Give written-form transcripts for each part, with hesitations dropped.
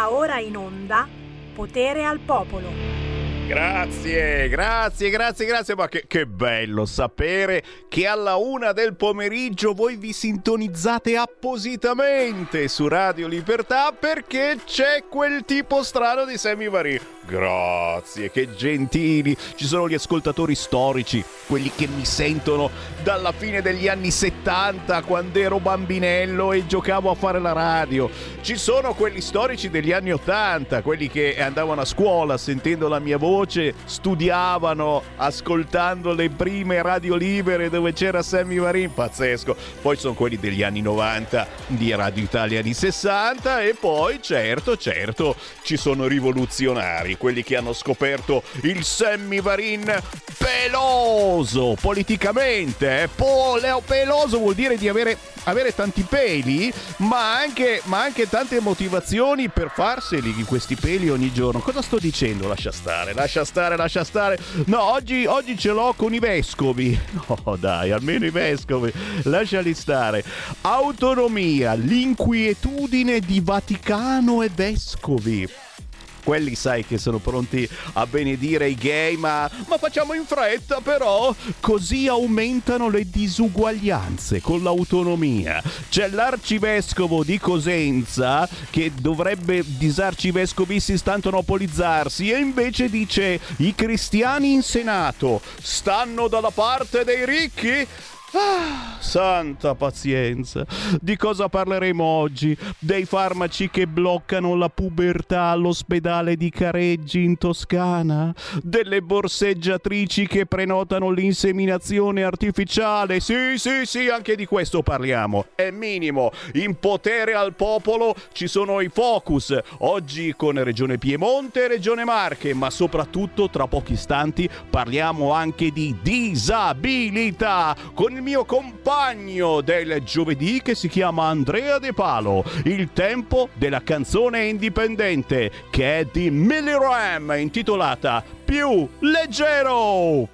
Va ora in onda Potere al Popolo. Grazie, ma che bello sapere che alla 1 del pomeriggio voi vi sintonizzate appositamente su Radio Libertà perché c'è quel tipo strano di Sammy Varin. Grazie, che gentili. Ci sono gli ascoltatori storici, quelli che mi sentono dalla fine degli anni 70, quando ero bambinello e giocavo a fare la radio. Ci sono quelli storici degli anni 80, quelli che andavano a scuola sentendo la mia voce, studiavano ascoltando le prime radio libere dove c'era Sammy Varin, pazzesco. Poi sono quelli degli anni 90 di Radio Italia di 60 e poi certo ci sono rivoluzionari, quelli che hanno scoperto il Sammy Varin peloso politicamente. Peloso vuol dire di avere tanti peli, ma anche tante motivazioni per farseli questi peli ogni giorno. Cosa sto dicendo? Lascia stare. No, oggi ce l'ho con i vescovi. No, dai, almeno i vescovi. Lasciali stare. Autonomia, l'inquietudine di Vaticano e vescovi. Quelli sai che sono pronti a benedire i gay, ma facciamo in fretta però, così aumentano le disuguaglianze con l'autonomia. C'è l'arcivescovo di Cosenza che dovrebbe disarcivescovissi stantanopolizzarsi e invece dice: i cristiani in Senato stanno dalla parte dei ricchi? Ah, santa pazienza. Di cosa parleremo oggi? Dei farmaci che bloccano la pubertà all'ospedale di Careggi in Toscana? Delle borseggiatrici che prenotano l'inseminazione artificiale? Sì, anche di questo parliamo. È minimo. In Potere al Popolo ci sono i focus. Oggi con Regione Piemonte e Regione Marche, ma soprattutto tra pochi istanti parliamo anche di disabilità con il mio compagno del giovedì che si chiama Andrea De Palo. Il tempo della canzone indipendente che è di Millie Ram, intitolata Più leggero.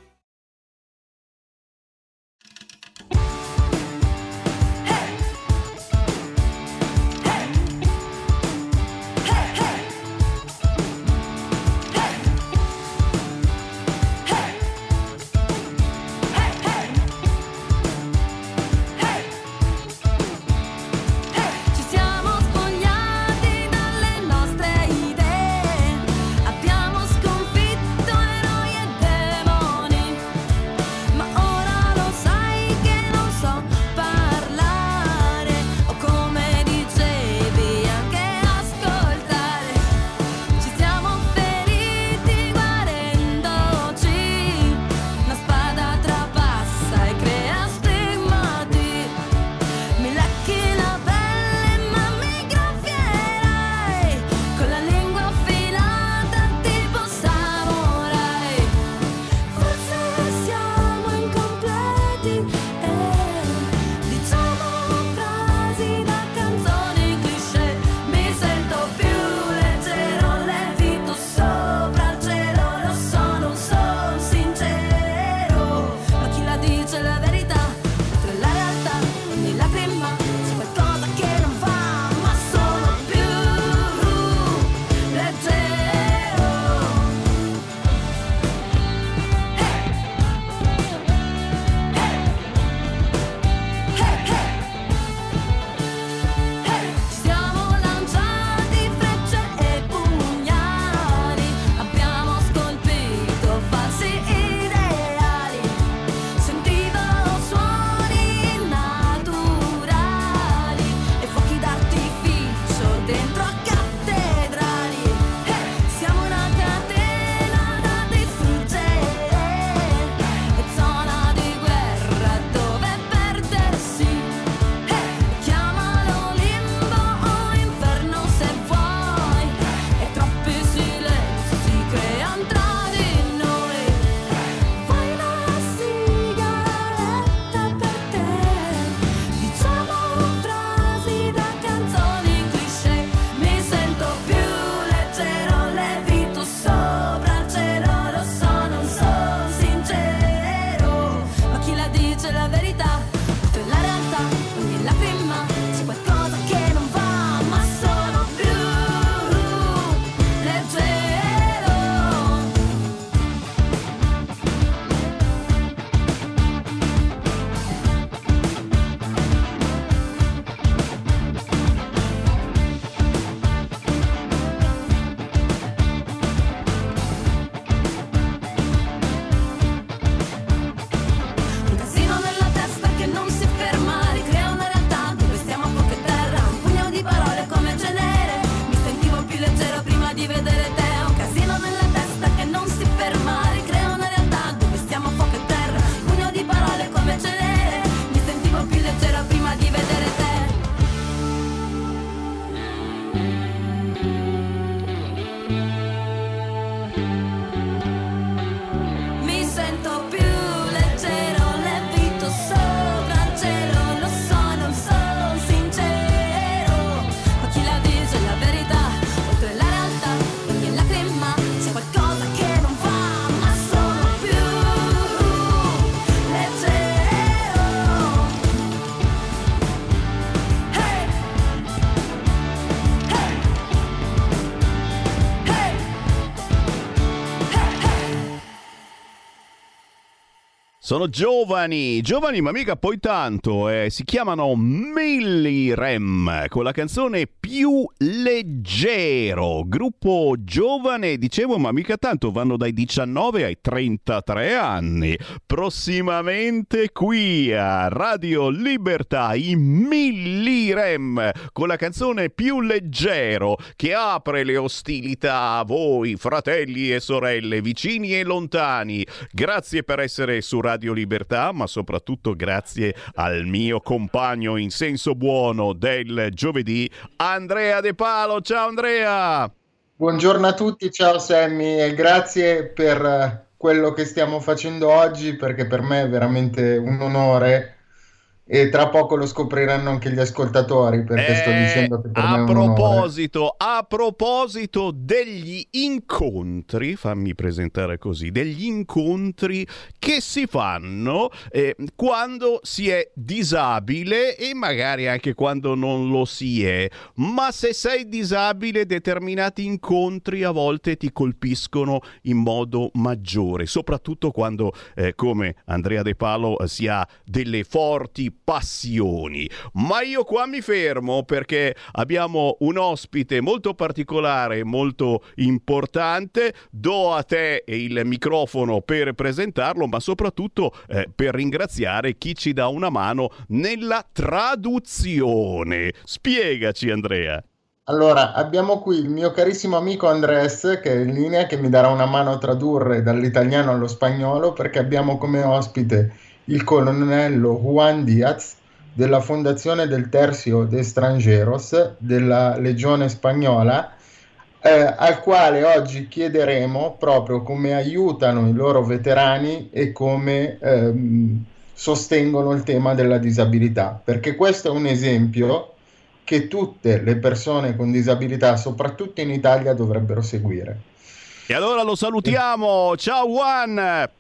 Abbiamo sconfitto eroi e demoni. Sono giovani, ma mica poi tanto, si chiamano Millirem, con la canzone Più leggero, gruppo giovane, dicevo, ma mica tanto, vanno dai 19 ai 33 anni. Prossimamente qui a Radio Libertà, i Millirem, con la canzone Più leggero, che apre le ostilità a voi, fratelli e sorelle, vicini e lontani. Grazie per essere su Radio Libertà, ma soprattutto grazie al mio compagno in senso buono del giovedì, Andrea De Palo. Ciao Andrea! Buongiorno a tutti, ciao Sammy e grazie per quello che stiamo facendo oggi perché per me è veramente un onore e tra poco lo scopriranno anche gli ascoltatori perché sto dicendo che per me è un onore. A proposito degli incontri, fammi presentare così, degli incontri che si fanno quando si è disabile e magari anche quando non lo si è, ma se sei disabile determinati incontri a volte ti colpiscono in modo maggiore, soprattutto quando come Andrea De Palo si ha delle forti passioni. Ma io qua mi fermo perché abbiamo un ospite molto particolare, molto importante. Do a te il microfono per presentarlo, ma soprattutto per ringraziare chi ci dà una mano nella traduzione. Spiegaci, Andrea. Allora, abbiamo qui il mio carissimo amico Andrés che è in linea che mi darà una mano a tradurre dall'italiano allo spagnolo perché abbiamo come ospite il colonnello Juan Díaz della Fondazione del Tercio de Extranjeros della Legione Spagnola, al quale oggi chiederemo proprio come aiutano i loro veterani e come sostengono il tema della disabilità, perché questo è un esempio che tutte le persone con disabilità, soprattutto in Italia, dovrebbero seguire. E allora lo salutiamo. Ciao Juan!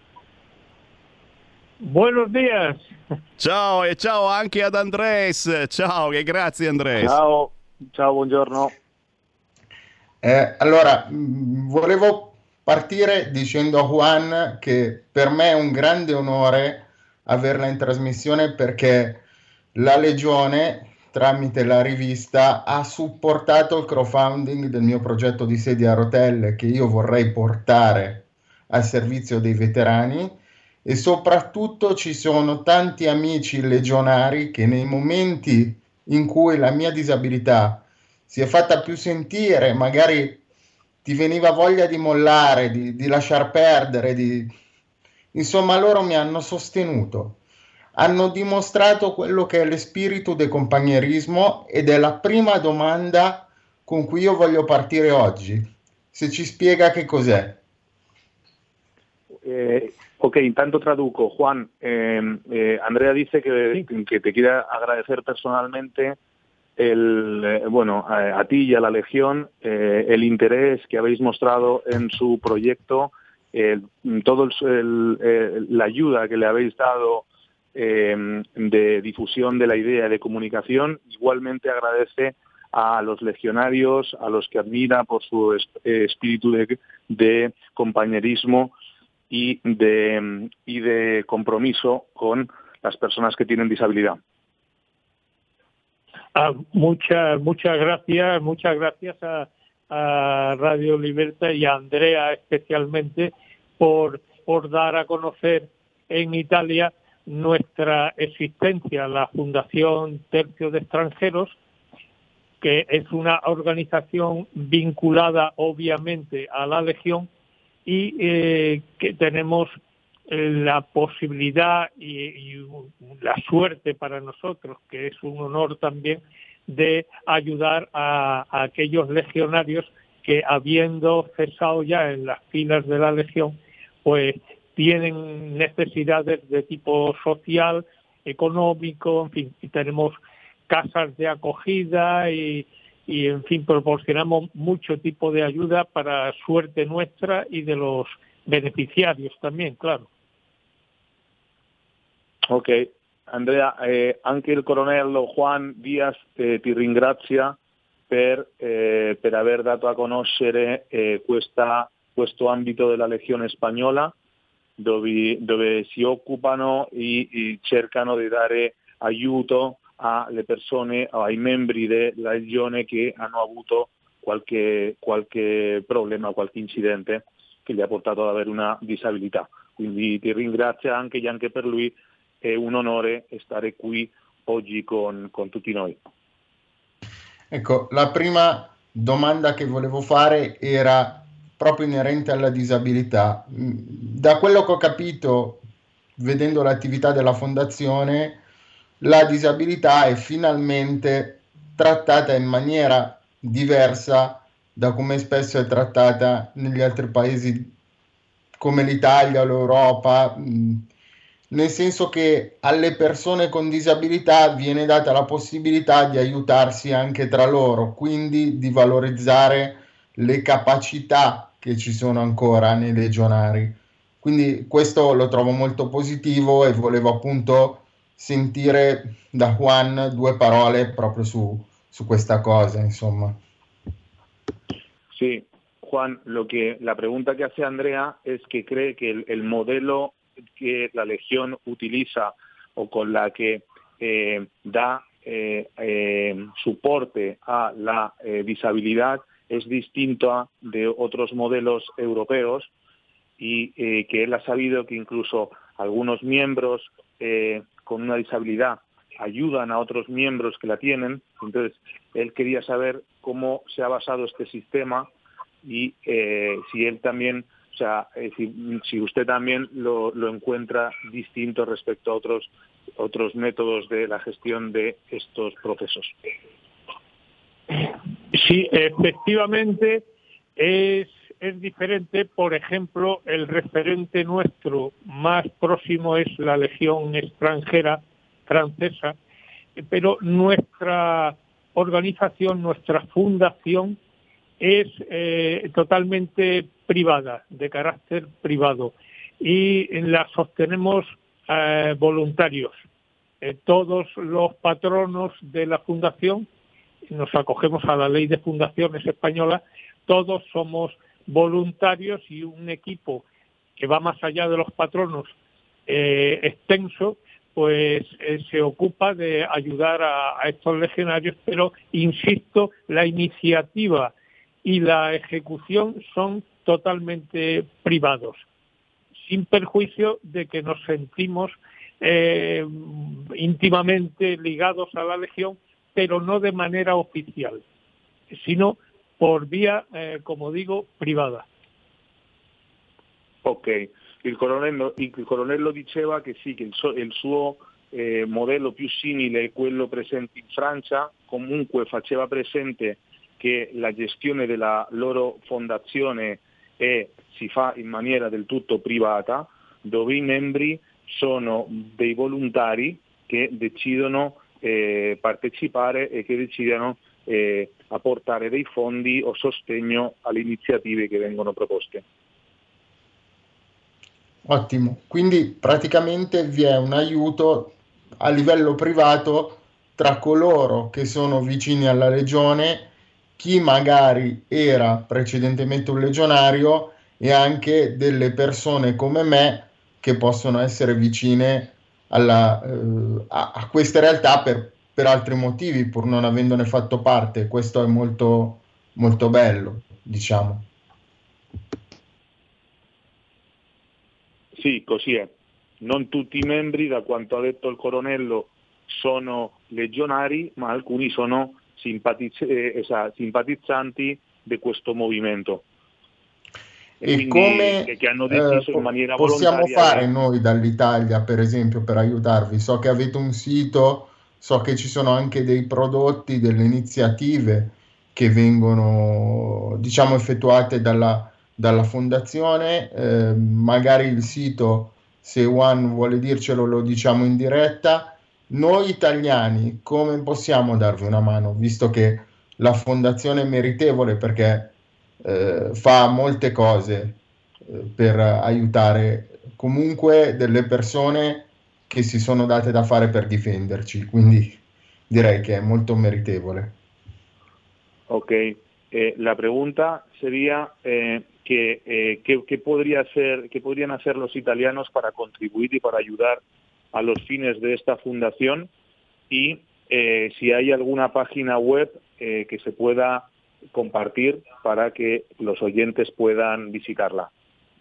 Buenos días. Ciao e ciao anche ad Andrés. Ciao e grazie Andrés. Ciao, buongiorno. Allora, volevo partire dicendo a Juan che per me è un grande onore averla in trasmissione perché la Legione, tramite la rivista, ha supportato il crowdfunding del mio progetto di sedia a rotelle che io vorrei portare al servizio dei veterani. E soprattutto ci sono tanti amici legionari che nei momenti in cui la mia disabilità si è fatta più sentire, magari ti veniva voglia di mollare, di lasciar perdere, insomma loro mi hanno sostenuto, hanno dimostrato quello che è lo spirito del compagnerismo ed è la prima domanda con cui io voglio partire oggi. Se ci spiega che cos'è. Ok, intanto traduco. Juan, Andrea dice que te quiere agradecer personalmente a ti y a la Legión el interés que habéis mostrado en su proyecto, la ayuda que le habéis dado de difusión de la idea de comunicación. Igualmente agradece a los legionarios, a los que admira por su espíritu de compañerismo y de compromiso con las personas que tienen disabilidad. Muchas gracias a Radio Libertad y a Andrea especialmente por dar a conocer en Italia nuestra existencia, la Fundación Tercio de Extranjeros, que es una organización vinculada obviamente a la Legión y que tenemos la posibilidad y la suerte para nosotros, que es un honor también, de ayudar a aquellos legionarios que, habiendo cesado ya en las filas de la Legión, pues tienen necesidades de tipo social, económico, en fin, y tenemos casas de acogida y en fin, proporcionamos mucho tipo de ayuda para suerte nuestra y de los beneficiarios también, claro. Ok, Andrea, anche il colonnello Juan Díaz ti ringrazia per aver dato a conoscere questo ambito della Legione Spagnola dove si occupano e cercano di dare aiuto alle persone, ai membri della regione che hanno avuto qualche problema, qualche incidente che gli ha portato ad avere una disabilità. Quindi ti ringrazio anche per lui, è un onore stare qui oggi con tutti noi. Ecco, la prima domanda che volevo fare era proprio inerente alla disabilità. Da quello che ho capito, vedendo l'attività della fondazione, la disabilità è finalmente trattata in maniera diversa da come spesso è trattata negli altri paesi come l'Italia o l'Europa, nel senso che alle persone con disabilità viene data la possibilità di aiutarsi anche tra loro, quindi di valorizzare le capacità che ci sono ancora nei legionari. Quindi questo lo trovo molto positivo e volevo appunto sentire da Juan due parole proprio su questa cosa, insomma. Sí, Juan, la pregunta que hace Andrea es que cree que el modelo que la Legión utiliza o con la que da soporte a la disabilidad es distinto de otros modelos europeos y que él ha sabido que incluso algunos miembros con una disabilidad ayudan a otros miembros que la tienen. Entonces, él quería saber cómo se ha basado este sistema y si él también, o sea, si usted también lo encuentra distinto respecto a otros métodos de la gestión de estos procesos. Sí, efectivamente es diferente. Por ejemplo, el referente nuestro más próximo es la Legión extranjera francesa, pero nuestra organización, nuestra fundación es totalmente privada, de carácter privado, y la sostenemos voluntarios. Todos los patronos de la fundación, nos acogemos a la ley de fundaciones española, todos somos voluntarios y un equipo que va más allá de los patronos extenso, pues se ocupa de ayudar a estos legionarios, pero insisto, la iniciativa y la ejecución son totalmente privados, sin perjuicio de que nos sentimos íntimamente ligados a la Legión, pero no de manera oficial, sino por vía, como digo, privata. Ok, il colonnello diceva che sì, che il suo modello più simile è quello presente in Francia, comunque faceva presente che la gestione della loro fondazione si fa in maniera del tutto privata, dove i membri sono dei volontari che decidono partecipare e che decidono apportare dei fondi o sostegno alle iniziative che vengono proposte. Ottimo, quindi praticamente vi è un aiuto a livello privato tra coloro che sono vicini alla Legione, chi magari era precedentemente un legionario e anche delle persone come me che possono essere vicine a queste realtà per altri motivi, pur non avendone fatto parte. Questo è molto, molto bello, diciamo. Sì, così è. Non tutti i membri, da quanto ha detto il colonnello, sono legionari, ma alcuni sono simpatizzanti di questo movimento. E come che hanno deciso in maniera possiamo volontaria fare noi dall'Italia, per esempio, per aiutarvi? So che avete un sito, so che ci sono anche dei prodotti, delle iniziative che vengono, diciamo, effettuate dalla fondazione. Magari il sito, se Juan vuole dircelo, lo diciamo in diretta. Noi italiani come possiamo darvi una mano, visto che la fondazione è meritevole, perché fa molte cose per aiutare comunque delle persone che si sono date da fare per difenderci, quindi direi che è molto meritevole. Ok, la pregunta sería qué podrían hacer los italianos para contribuir y para ayudar a los fines de esta fundación, y si hay alguna página web que se pueda compartir para que los oyentes puedan visitarla.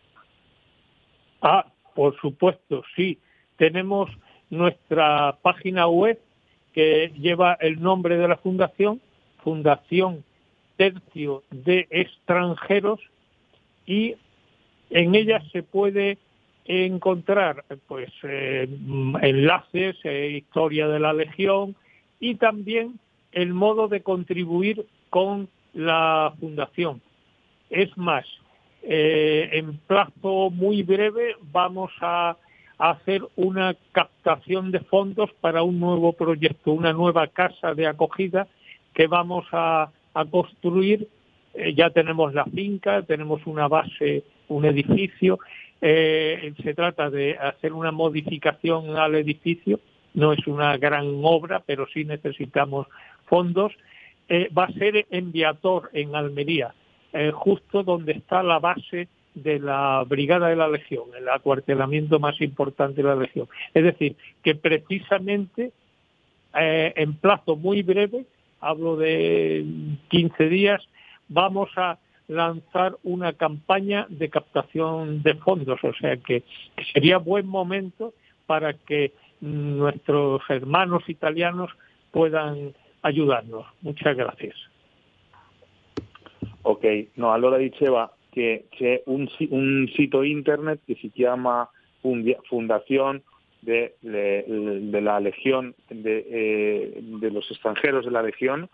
Por supuesto, sí. Tenemos nuestra página web que lleva el nombre de la fundación, Fundación Tercio de Extranjeros, y en ella se puede encontrar pues enlaces, historia de la Legión, y también el modo de contribuir con la fundación. Es más, en plazo muy breve vamos a hacer una captación de fondos para un nuevo proyecto, una nueva casa de acogida que vamos a construir. Ya tenemos la finca, tenemos una base, un edificio. Se trata de hacer una modificación al edificio. No es una gran obra, pero sí necesitamos fondos. Va a ser en Viator, en Almería, justo donde está la base de la Brigada de la Legión, el acuartelamiento más importante de la Legión. Es decir, que precisamente en plazo muy breve, hablo de 15 días, vamos a lanzar una campaña de captación de fondos, o sea que sería buen momento para que nuestros hermanos italianos puedan ayudarnos. Muchas gracias. Ok, no, allora diceva che c'è un sito internet che si chiama Fundación de la Legión, de los extranjeros de la Legión,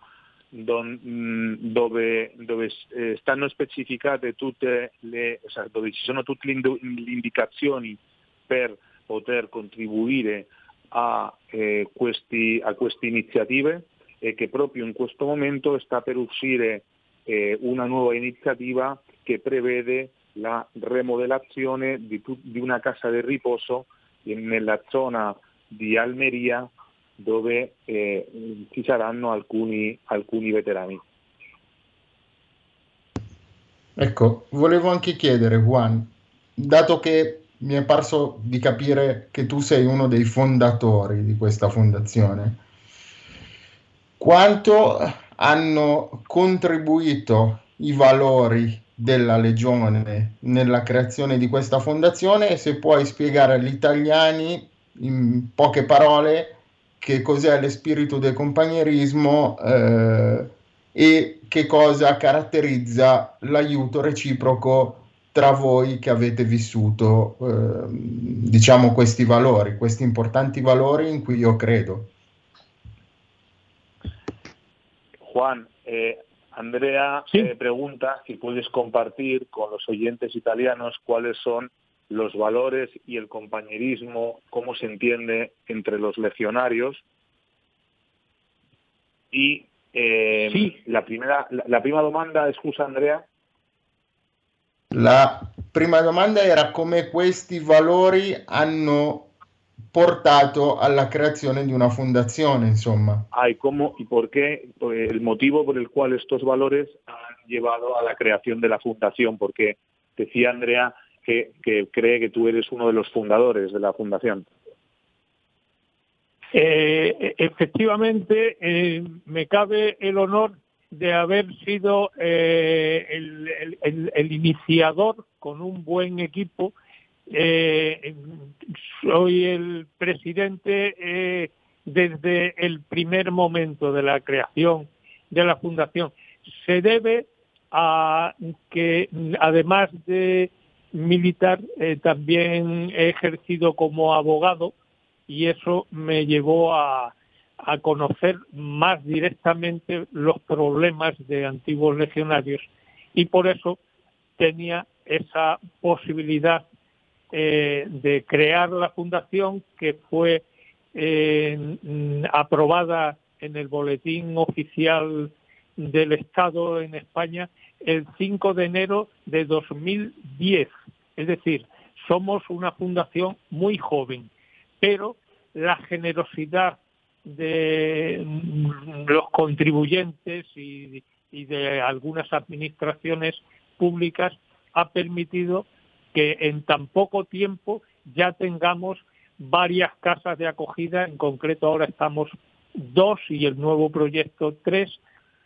dove stanno specificate dove ci sono tutte le indicazioni per poter contribuire a queste iniziative, e che proprio in questo momento sta per uscire una nuova iniziativa che prevede la remodelazione di una casa di riposo nella zona di Almeria, dove ci saranno alcuni veterani. Ecco, volevo anche chiedere, Juan, dato che mi è parso di capire che tu sei uno dei fondatori di questa fondazione, quanto hanno contribuito i valori della Legione nella creazione di questa fondazione, e se puoi spiegare agli italiani in poche parole che cos'è lo spirito del compagnerismo e che cosa caratterizza l'aiuto reciproco tra voi che avete vissuto diciamo questi valori, questi importanti valori in cui io credo. Juan, Andrea pregunta si puedes compartir con los oyentes italianos cuáles son los valores y el compañerismo, cómo se entiende entre los legionarios. Y la prima domanda, scusa Andrea? La prima domanda era come questi valori hanno portato alla creazione di una fundazione, insomma. Y cómo y por qué, el motivo por el cual estos valores han llevado a la creación de la fundación, porque decía Andrea que cree que tú eres uno de los fundadores de la fundación. Efectivamente, me cabe el honor de haber sido el iniciador con un buen equipo. Soy el presidente desde el primer momento de la creación de la fundación. Se debe a que, además de militar, también he ejercido como abogado, y eso me llevó a conocer más directamente los problemas de antiguos legionarios, y por eso tenía esa posibilidad de crear la fundación, que fue aprobada en el Boletín Oficial del Estado en España el 5 de enero de 2010. Es decir, somos una fundación muy joven, pero la generosidad de los contribuyentes y de algunas administraciones públicas ha permitido que en tan poco tiempo ya tengamos varias casas de acogida. En concreto ahora estamos 2 y el nuevo proyecto 3,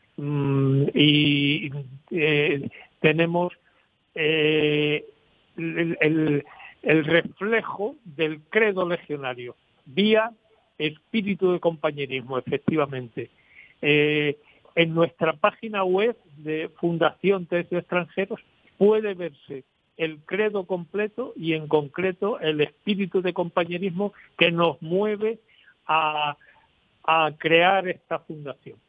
y tenemos el reflejo del credo legionario vía espíritu de compañerismo, efectivamente. En nuestra página web de Fundación Tercios Extranjeros puede verse el credo completo y en concreto el espíritu de compañerismo que nos mueve a creare esta fundazione.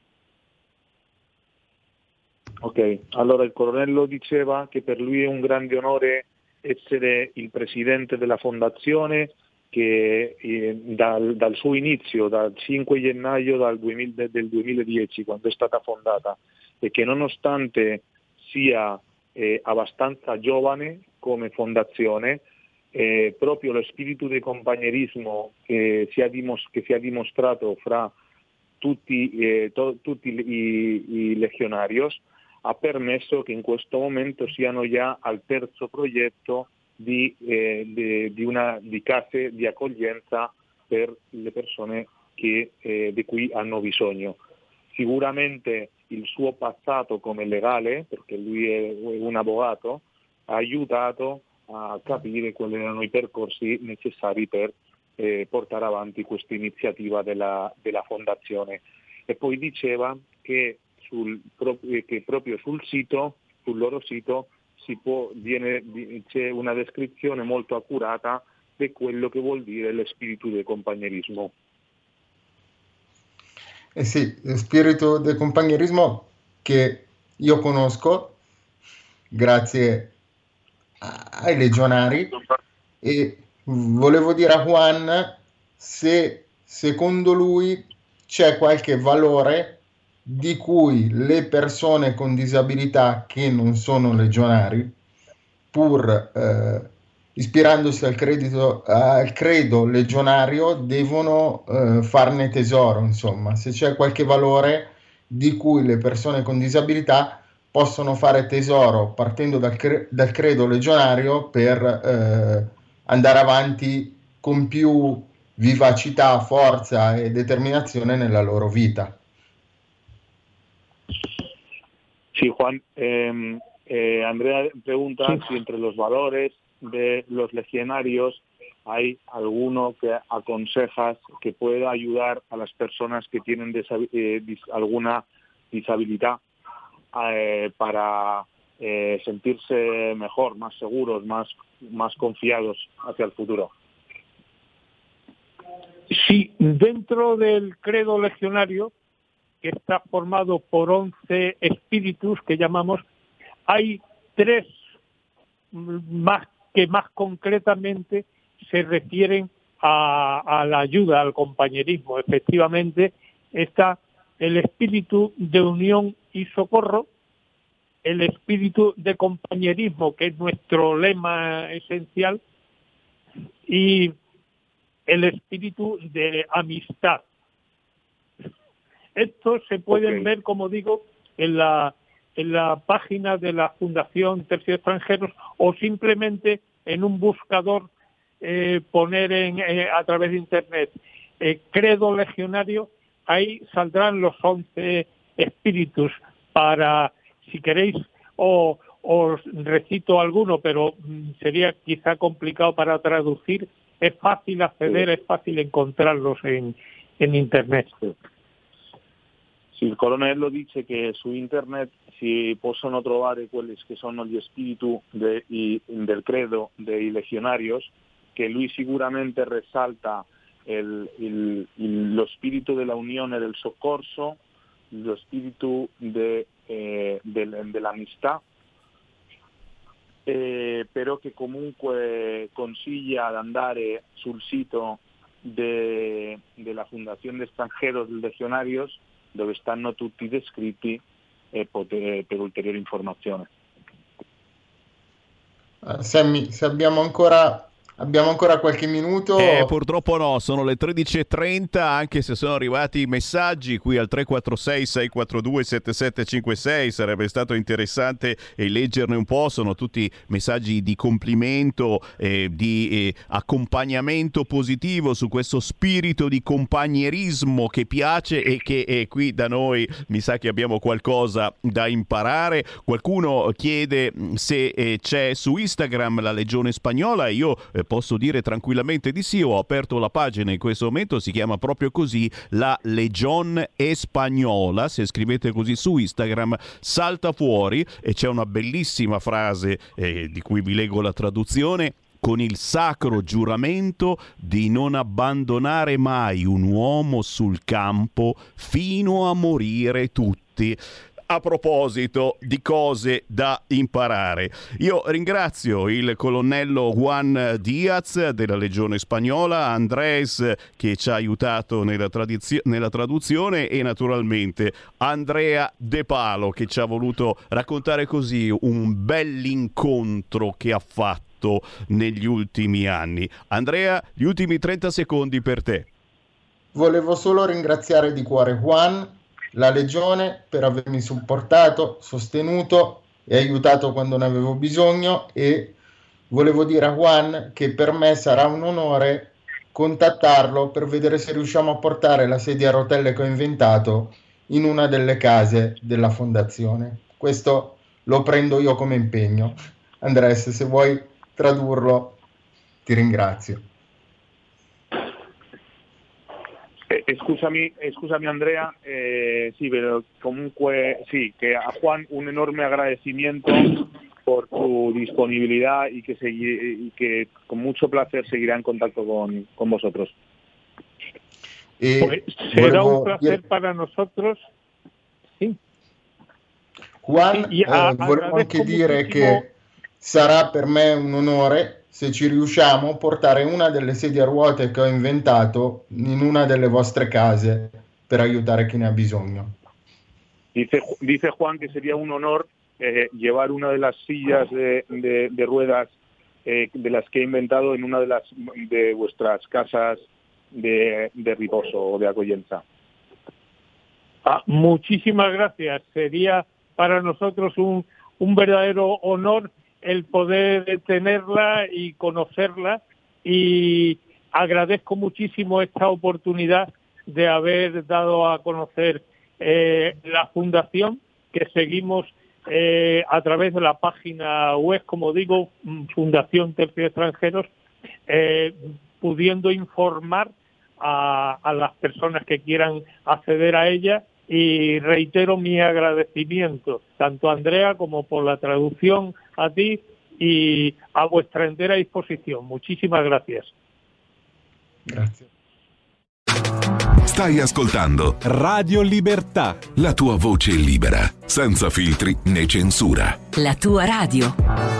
Ok, allora il colonnello diceva che per lui è un grande onore essere il presidente della fondazione che dal suo inizio, dal 5 gennaio del 2010, quando è stata fondata, e che nonostante sia abbastanza giovane come fondazione, proprio lo spirito di compagnerismo che si è dimostrato fra tutti i legionarios ha permesso che in questo momento siano già al terzo progetto di case di accoglienza per le persone di cui hanno bisogno. Sicuramente il suo passato come legale, perché lui è un avvocato, ha aiutato a capire quali erano i percorsi necessari per portare avanti questa iniziativa della fondazione. E poi diceva che proprio sul loro sito c'è una descrizione molto accurata di quello che vuol dire lo spirito del compagnerismo. Sì, lo spirito del compagnerismo che io conosco grazie ai legionari, e volevo dire a Juan se secondo lui c'è qualche valore di cui le persone con disabilità che non sono legionari, pur ispirandosi al credo legionario, devono farne tesoro, insomma, se c'è qualche valore di cui le persone con disabilità possono fare tesoro partendo dal credo legionario per andare avanti con più vivacità, forza e determinazione nella loro vita. Sí, Juan, Andrea pregunta si entre los valores de los legionarios hay alguno que aconsejas que pueda ayudar a las personas que tienen alguna disabilidad para sentirse mejor, más seguros, más confiados hacia el futuro. Sí, dentro del credo legionario, que está formado por 11 espíritus que llamamos, hay 3 que más concretamente se refieren a la ayuda, al compañerismo. Efectivamente, está el espíritu de unión y socorro, el espíritu de compañerismo, que es nuestro lema esencial, y el espíritu de amistad. Estos se pueden ver, como digo, en la página de la Fundación Tercios Extranjeros, o simplemente en un buscador poner a través de Internet credo legionario. Ahí saldrán los 11 espíritus. Para, si queréis, os recito alguno, pero sería quizá complicado para traducir. Es fácil acceder, es fácil encontrarlos en Internet. Sì, il colonnello dice che su internet si possono trovare quelli che sono gli spiriti del credo dei legionarios, che lui sicuramente risalta lo spirito della unione e del soccorso, lo spirito dell'amistà, però che comunque consiglia di andare sul sito della Fundación de Extranjeros Legionarios, dove stanno tutti descritti per ulteriore informazione. Sammy, se abbiamo ancora Abbiamo ancora qualche minuto? Purtroppo no, sono le 13:30, anche se sono arrivati messaggi qui al 346-642-7756, sarebbe stato interessante leggerne un po', sono tutti messaggi di complimento, di accompagnamento positivo su questo spirito di compagnerismo che piace e che qui da noi mi sa che abbiamo qualcosa da imparare. Qualcuno chiede se c'è su Instagram la Legione Spagnola, io posso dire tranquillamente di sì, ho aperto la pagina in questo momento, si chiama proprio così, la Legion Espagnola, se scrivete così su Instagram salta fuori e c'è una bellissima frase di cui vi leggo la traduzione: con il sacro giuramento di non abbandonare mai un uomo sul campo fino a morire tutti. A proposito di cose da imparare, io ringrazio il colonnello Juan Diaz della Legione Spagnola, Andrés che ci ha aiutato nella traduzione e naturalmente Andrea De Palo che ci ha voluto raccontare così un bell'incontro che ha fatto negli ultimi anni. Andrea, gli ultimi 30 secondi per te. Volevo solo ringraziare di cuore Juan, la Legione, per avermi supportato, sostenuto e aiutato quando ne avevo bisogno, e volevo dire a Juan che per me sarà un onore contattarlo per vedere se riusciamo a portare la sedia a rotelle che ho inventato in una delle case della fondazione. Questo lo prendo io come impegno. Andres, se vuoi tradurlo, ti ringrazio. Scusami Andrea, sí, pero comunque sí, que a Juan un enorme agradecimiento por tu disponibilidad y que con mucho placer seguirá en contacto con vosotros. Pues será un placer para nosotros. Sí. Juan, volevo anche dire che sarà per me un onore, se ci riusciamo, portare una delle sedie a ruote che ho inventato in una delle vostre case per aiutare chi ne ha bisogno. Dice Juan que sería un honor llevar una de las sillas de ruedas de las que he inventado en una de vuestras casas de riposo o de acoyenza. Muchísimas gracias. Sería para nosotros un verdadero honor el poder tenerla y conocerla, y agradezco muchísimo esta oportunidad de haber dado a conocer la fundación, que seguimos a través de la página web, como digo, Fundación Tercio Extranjeros, pudiendo informar a las personas que quieran acceder a ella, y reitero mi agradecimiento tanto a Andrea como por la traducción, a ti y a vuestra entera disposición. Muchísimas gracias. Grazie. Stai ascoltando Radio Libertà, la tua voce libera, senza filtri né censura. La tua radio.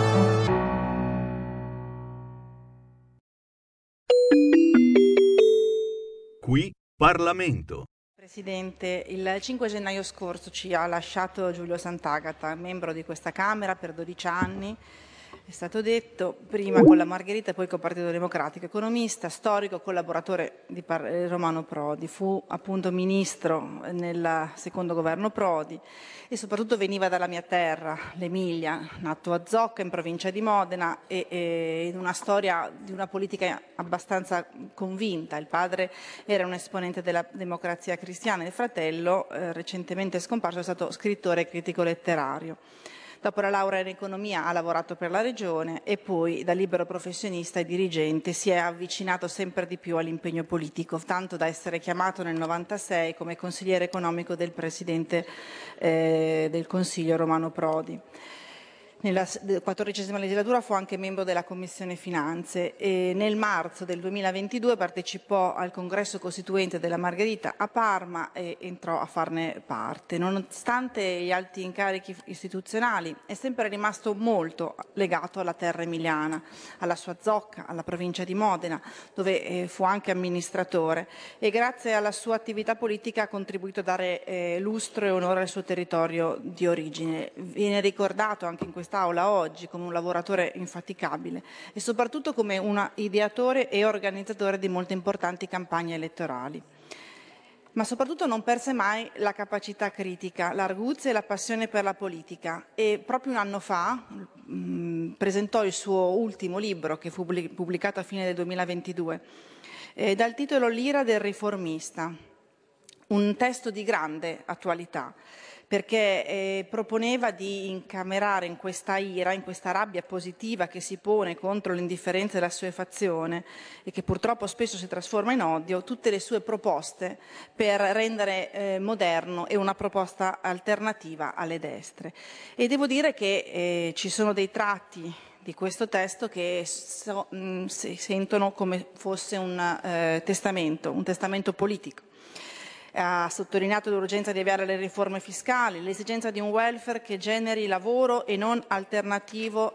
Qui Parlamento. Presidente, il 5 gennaio scorso ci ha lasciato Giulio Sant'Agata, membro di questa Camera per 12 anni, è stato detto, prima con la Margherita e poi col Partito Democratico, economista, storico, collaboratore di Romano Prodi, fu appunto ministro nel secondo governo Prodi e soprattutto veniva dalla mia terra, l'Emilia, nato a Zocca in provincia di Modena e in una storia di una politica abbastanza convinta. Il padre era un esponente della Democrazia Cristiana, il fratello, recentemente scomparso, è stato scrittore e critico letterario. Dopo la laurea in economia ha lavorato per la Regione e poi da libero professionista e dirigente si è avvicinato sempre di più all'impegno politico, tanto da essere chiamato nel 96 come consigliere economico del Presidente del Consiglio Romano Prodi. Nella 14ª legislatura fu anche membro della Commissione Finanze e nel marzo del 2022 partecipò al congresso costituente della Margherita a Parma e entrò a farne parte. Nonostante gli alti incarichi istituzionali è sempre rimasto molto legato alla terra emiliana, alla sua Zocca, alla provincia di Modena, dove fu anche amministratore e grazie alla sua attività politica ha contribuito a dare lustro e onore al suo territorio di origine. Viene ricordato anche in questi quest'Aula oggi come un lavoratore infaticabile e soprattutto come un ideatore e organizzatore di molte importanti campagne elettorali. Ma soprattutto non perse mai la capacità critica, l'arguzia e la passione per la politica e proprio un anno fa presentò il suo ultimo libro che fu pubblicato a fine del 2022 dal titolo L'ira del riformista, un testo di grande attualità perché proponeva di incamerare in questa ira, in questa rabbia positiva che si pone contro l'indifferenza e l'assuefazione e che purtroppo spesso si trasforma in odio, tutte le sue proposte per rendere moderno e una proposta alternativa alle destre. E devo dire che ci sono dei tratti di questo testo che si sentono come fosse un testamento politico. Ha sottolineato l'urgenza di avviare le riforme fiscali, l'esigenza di un welfare che generi lavoro e non alternativo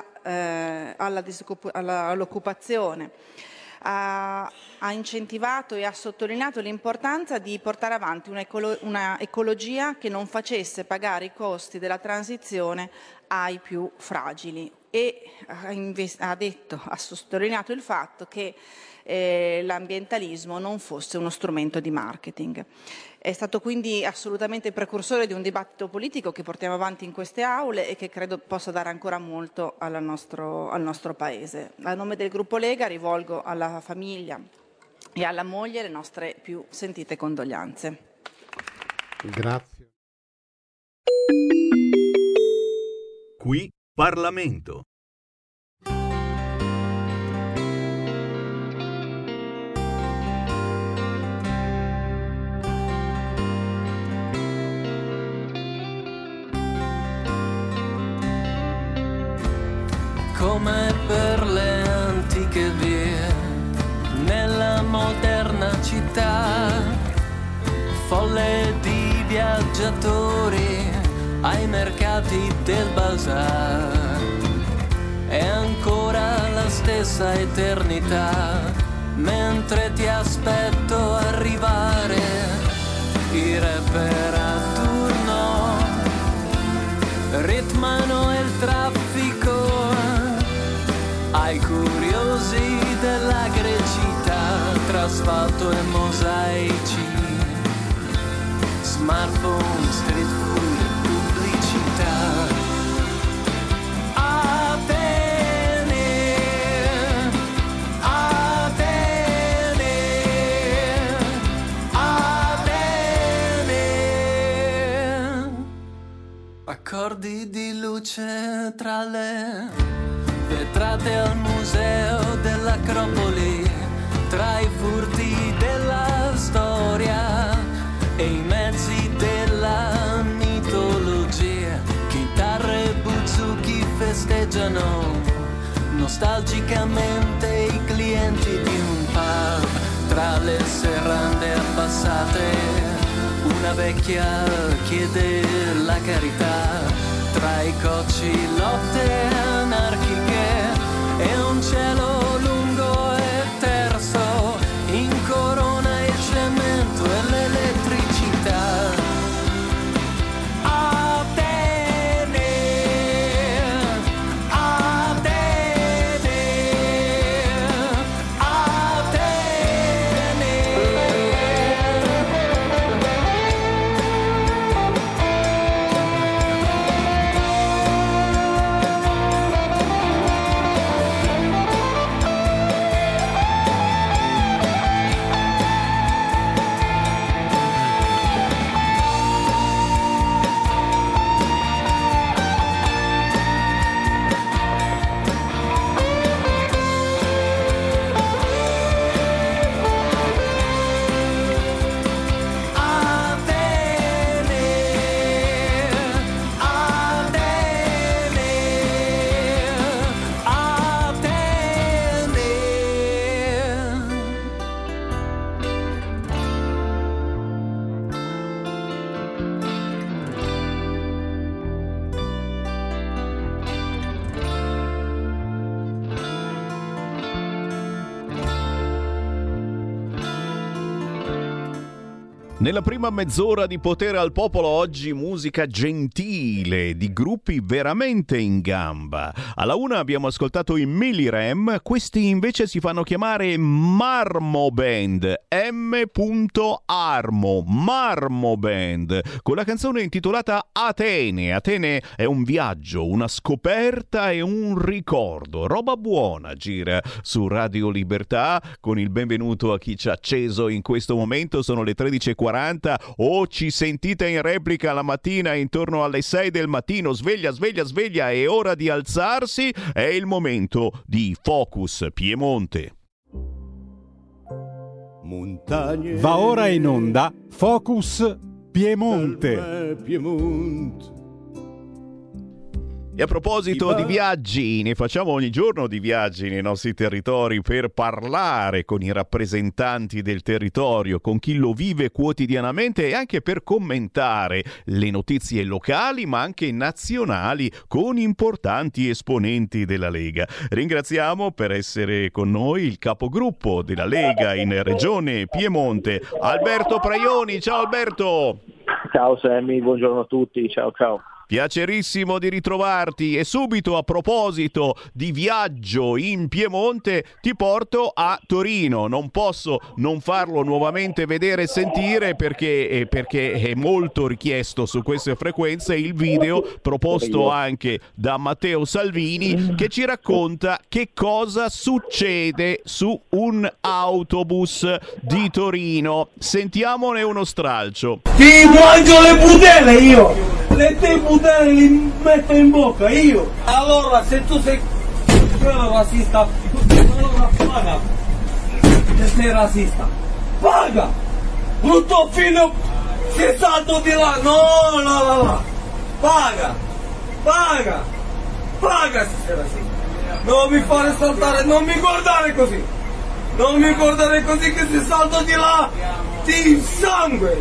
all'occupazione. Ha incentivato e ha sottolineato l'importanza di portare avanti una ecologia che non facesse pagare i costi della transizione ai più fragili e ha sottolineato il fatto che l'ambientalismo non fosse uno strumento di marketing. È stato quindi assolutamente precursore di un dibattito politico che portiamo avanti in queste aule e che credo possa dare ancora molto al nostro Paese. A nome del gruppo Lega rivolgo alla famiglia e alla moglie le nostre più sentite condoglianze. Grazie. Qui Parlamento. Come per le antiche vie, nella moderna città, folle di viaggiatori ai mercati del bazar. È ancora la stessa eternità, mentre ti aspetto arrivare, i rapper a turno ritmano il traffico. Ai curiosi della grecità, tra asfalto e mosaici, smartphone, street food e pubblicità. Atene, Atene, Atene. Accordi di luce tra le vetrate al museo dell'Acropoli, tra i furti della storia e i mezzi della mitologia. Chitarre e buzuki festeggiano nostalgicamente i clienti di un pub. Tra le serrande abbassate una vecchia chiede la carità. Tra i cocci lotte anarchiche e un cielo lungo e terso incorona il cemento e l'elettricità. Atene, Atene, Atene. Nella prima mezz'ora di Potere al Popolo oggi musica gentile di gruppi veramente in gamba. Alla una abbiamo ascoltato i Millirem, questi invece si fanno chiamare Marmo Band, M.Armo, Marmo Band, con la canzone intitolata Atene. Atene è un viaggio, una scoperta e un ricordo. Roba buona gira su Radio Libertà, con il benvenuto a chi ci ha acceso in questo momento. Sono le 13:40 o ci sentite in replica la mattina intorno alle 6 del mattino. Sveglia, è ora di alzarsi, è il momento di Focus Piemonte. Va ora in onda Focus Piemonte. E a proposito di viaggi, ne facciamo ogni giorno di viaggi nei nostri territori per parlare con i rappresentanti del territorio, con chi lo vive quotidianamente e anche per commentare le notizie locali ma anche nazionali con importanti esponenti della Lega. Ringraziamo per essere con noi il capogruppo della Lega in Regione Piemonte, Alberto Praioni. Ciao Alberto! Ciao Sammy, buongiorno a tutti, ciao. Piacerissimo di ritrovarti e subito a proposito di viaggio in Piemonte ti porto a Torino. Non posso non farlo nuovamente vedere e sentire perché è molto richiesto su queste frequenze il video proposto anche da Matteo Salvini che ci racconta che cosa succede su un autobus di Torino. Sentiamone uno stralcio. Ti mangio le budelle io! Le tue budelle li metto in bocca io! Allora se tu sei razzista, allora paga! Se sei razzista, paga! Brutto figlio, se salto di là, no! Paga se sei razzista! Non mi fare saltare, non mi guardare così! Non mi guardare così che se salto di là ti sangue!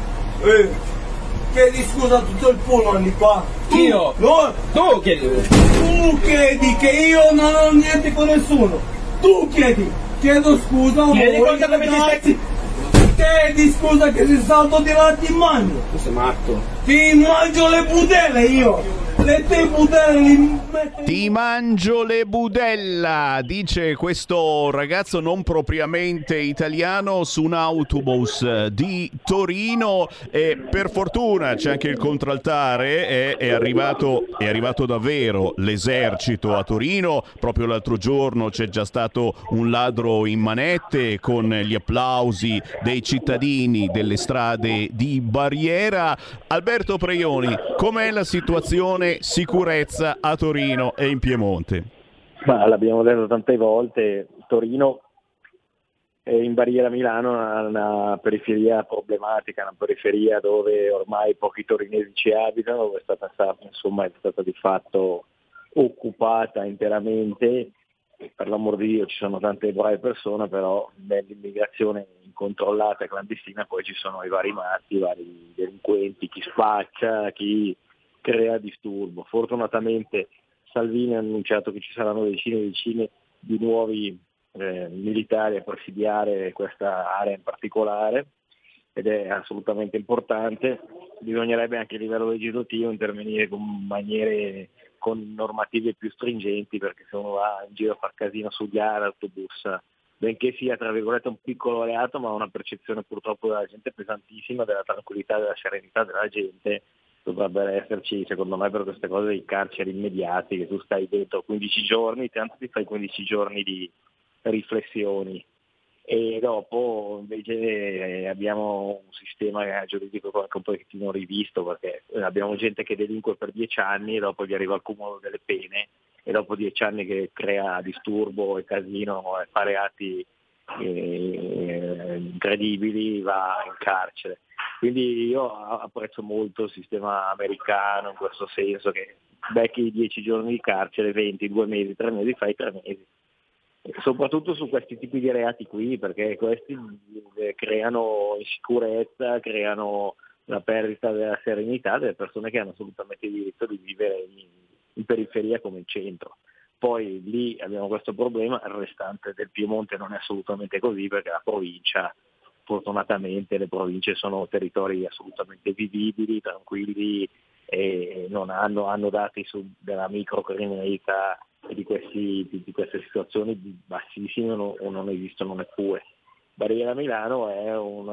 Chiedi scusa a tutto il pullman di qua. Io? No? Tu chiedi. Tu chiedi che io non ho niente con nessuno. Tu chiedi. Chiedo scusa. Chiedi cosa che mi ragazzi. Chiedi scusa che se salto di là ti mangio. Tu sei matto. Ti mangio le budelle io. Le tue budelle li metto. Ti mangio le budella, dice questo ragazzo non propriamente italiano su un autobus di Torino e per fortuna c'è anche il contraltare, è arrivato davvero l'esercito a Torino. Proprio l'altro giorno c'è già stato un ladro in manette con gli applausi dei cittadini delle strade di Barriera. Alberto Praioni, com'è la situazione sicurezza a Torino e in Piemonte? Ma l'abbiamo detto tante volte, Torino è in Barriera Milano una periferia problematica, una periferia dove ormai pochi torinesi ci abitano, dove è stata di fatto occupata interamente. Per l'amor di Dio ci sono tante brave persone, però nell'immigrazione incontrollata e clandestina poi ci sono i vari matti, i vari delinquenti, chi spaccia, chi crea disturbo. Fortunatamente Salvini ha annunciato che ci saranno decine di nuovi militari a presidiare questa area in particolare ed è assolutamente importante. Bisognerebbe anche a livello legislativo intervenire con normative più stringenti, perché se uno va in giro a far casino sugli autobus, benché sia tra virgolette un piccolo reato, ma una percezione purtroppo della gente pesantissima della tranquillità e della serenità della gente. Dovrebbero esserci, secondo me, per queste cose dei carceri immediati, che tu stai dentro 15 giorni, tanto ti fai 15 giorni di riflessioni e dopo invece abbiamo un sistema giuridico anche un pochettino rivisto, perché abbiamo gente che delinque per 10 anni e dopo gli arriva il cumulo delle pene e dopo 10 anni che crea disturbo e casino e fa reati incredibili va in carcere. Quindi io apprezzo molto il sistema americano in questo senso, che becchi 10 giorni di carcere, 20, 2 mesi, 3 mesi, fai 3 mesi. Soprattutto su questi tipi di reati qui, perché questi creano insicurezza, creano la perdita della serenità delle persone che hanno assolutamente il diritto di vivere in periferia come in centro. Poi lì abbiamo questo problema, il restante del Piemonte non è assolutamente così, perché la provincia fortunatamente le province sono territori assolutamente vivibili, tranquilli, e non hanno dati della microcriminalità e di queste situazioni bassissime o non esistono neppure. Barriera Milano è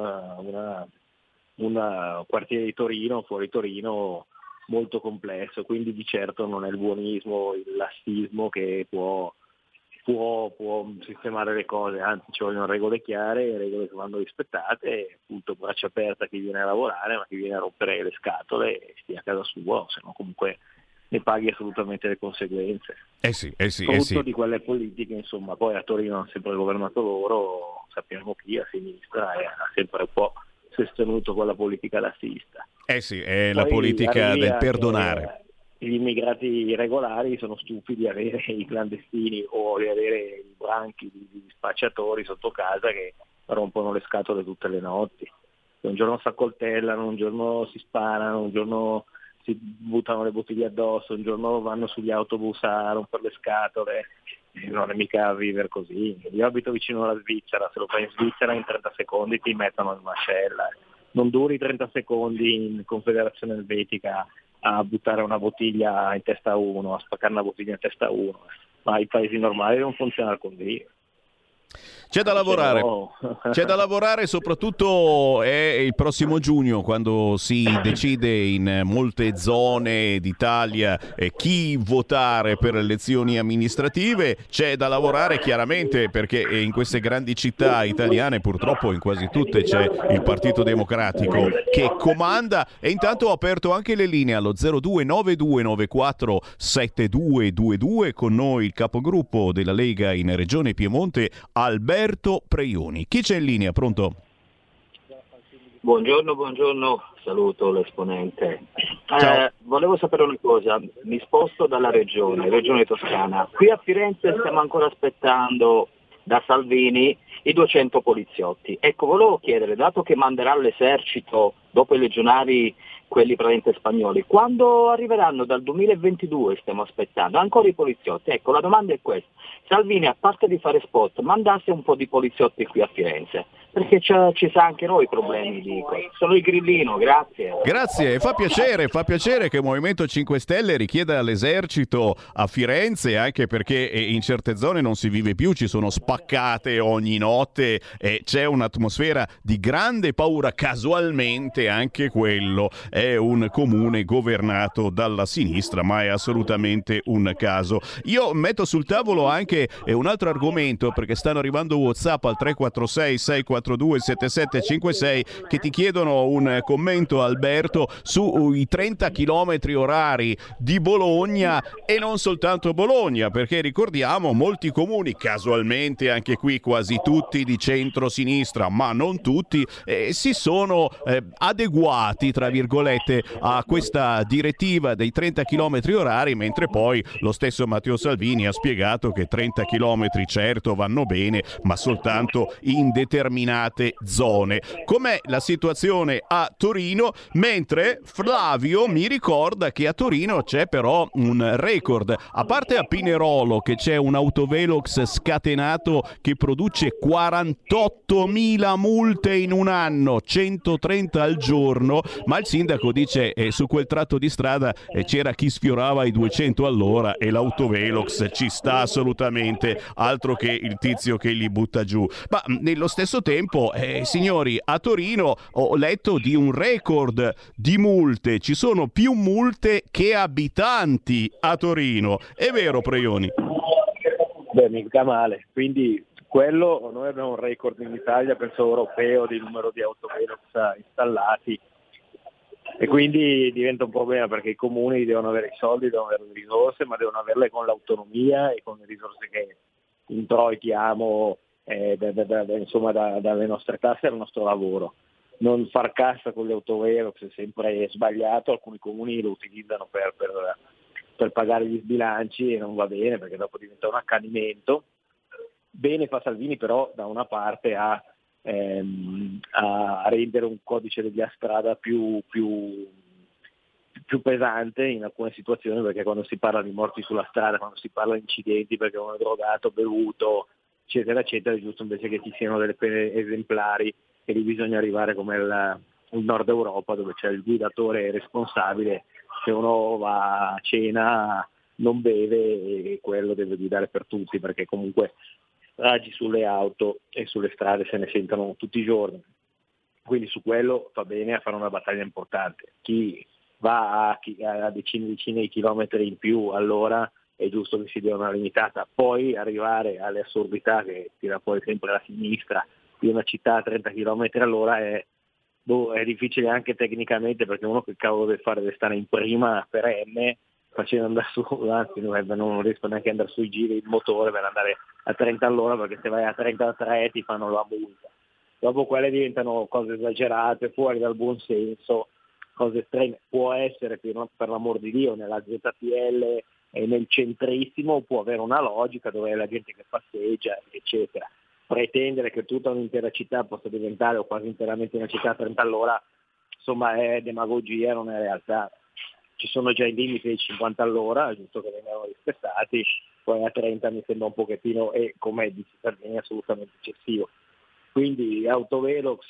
un quartiere di Torino, fuori Torino, molto complesso, quindi di certo non è il buonismo, il lassismo che può sistemare le cose, anzi ci vogliono regole chiare, regole che vanno rispettate, e appunto braccia aperte a chi viene a lavorare, ma chi viene a rompere le scatole stia a casa sua, se no comunque ne paghi assolutamente le conseguenze. Frutto di quelle politiche, insomma. Poi a Torino hanno sempre governato loro, sappiamo chi a sinistra, e ha sempre un po' sostenuto quella politica lassista. È Poi la politica del perdonare. Gli immigrati regolari sono stufi di avere i clandestini o di avere i branchi di spacciatori sotto casa che rompono le scatole tutte le notti. Un giorno si accoltellano, un giorno si sparano, un giorno si buttano le bottiglie addosso, un giorno vanno sugli autobus a rompere le scatole. Non è mica a vivere così. Io abito vicino alla Svizzera, se lo fai in Svizzera in 30 secondi ti mettono in mascella. Non duri 30 secondi in Confederazione Elvetica a buttare una bottiglia in testa a uno, a spaccare una bottiglia in testa a uno, ma i paesi normali non funzionano così. C'è da lavorare, soprattutto è il prossimo giugno, quando si decide in molte zone d'Italia chi votare per le elezioni amministrative. C'è da lavorare chiaramente perché in queste grandi città italiane, purtroppo in quasi tutte, c'è il Partito Democratico che comanda, e intanto ho aperto anche le linee allo 0292947222, con noi il capogruppo della Lega in Regione Piemonte, Alberto Preioni. Chi c'è in linea? Pronto? Buongiorno, saluto l'esponente. Volevo sapere una cosa, mi sposto dalla regione Toscana. Qui a Firenze stiamo ancora aspettando da Salvini i 200 poliziotti. Ecco, volevo chiedere, dato che manderà l'esercito dopo i legionari, quelli praticamente spagnoli, quando arriveranno? Dal 2022 stiamo aspettando ancora i poliziotti. Ecco, la domanda è questa: Salvini, a parte di fare spot, mandasse un po' di poliziotti qui a Firenze, perché ci sa anche noi i problemi di questo. Sono il grillino, grazie. Fa piacere che il Movimento 5 Stelle richieda l'esercito a Firenze, anche perché in certe zone non si vive più, ci sono spaccate ogni notte e c'è un'atmosfera di grande paura. Casualmente anche quello è un comune governato dalla sinistra, ma è assolutamente un caso. Io metto sul tavolo anche un altro argomento, perché stanno arrivando WhatsApp al 346 642 7756 che ti chiedono un commento, Alberto, sui 30 km orari di Bologna, e non soltanto Bologna, perché ricordiamo molti comuni, casualmente anche qui quasi tutti di centro-sinistra, ma non tutti, si sono adeguati, tra virgolette, a questa direttiva dei 30 km orari, mentre poi lo stesso Matteo Salvini ha spiegato che 30 km certo vanno bene, ma soltanto in determinate zone. Com'è la situazione a Torino? Mentre Flavio mi ricorda che a Torino c'è però un record, a parte a Pinerolo che c'è un autovelox scatenato che produce 48.000 multe in un anno, 130 al giorno, ma il sindaco dice su quel tratto di strada c'era chi sfiorava i 200 all'ora e l'autovelox ci sta assolutamente, altro che il tizio che li butta giù. Ma nello stesso tempo, signori, a Torino ho letto di un record di multe, ci sono più multe che abitanti a Torino. È vero, Preioni? Beh, mica male. Quindi quello, noi abbiamo un record in Italia, penso europeo, di numero di autovelox installati, e quindi diventa un problema, perché i comuni devono avere i soldi, devono avere le risorse, ma devono averle con l'autonomia e con le risorse che introitiamo dalle nostre tasse e dal nostro lavoro. Non far cassa con gli autovelox è sempre sbagliato, alcuni comuni lo utilizzano per pagare gli sbilanci e non va bene, perché dopo diventa un accanimento. Bene fa Salvini però da una parte a rendere un codice della strada più pesante in alcune situazioni, perché quando si parla di morti sulla strada, quando si parla di incidenti perché uno è drogato, bevuto, eccetera eccetera, è giusto invece che ci siano delle pene esemplari e lì bisogna arrivare come il Nord Europa, dove c'è il guidatore responsabile, se uno va a cena non beve e quello deve guidare per tutti, perché comunque stragi sulle auto e sulle strade se ne sentono tutti i giorni. Quindi su quello fa bene a fare una battaglia importante. Chi va a decine di chilometri in più all'ora è giusto che si dia una limitata. Poi arrivare alle assurdità che tira poi sempre la sinistra di una città a 30 km all'ora è difficile anche tecnicamente, perché uno che cavolo deve fare, deve stare in prima per M facendo andare su, anzi non riesco neanche ad andare sui giri il motore per andare a 30 all'ora, perché se vai a 33 ti fanno la multa. Dopo quelle diventano cose esagerate, fuori dal buon senso, cose estreme. Può essere, per l'amor di Dio, nella ZTL e nel centrissimo può avere una logica, dove è la gente che passeggia, eccetera. Pretendere che tutta un'intera città possa diventare, o quasi interamente una città a 30 all'ora, insomma è demagogia, non è realtà. Ci sono già i limiti dei 50 all'ora, giusto che vengano rispettati, poi a 30 mi sembra un pochettino, e come dice Salvini, assolutamente eccessivo. Quindi autovelox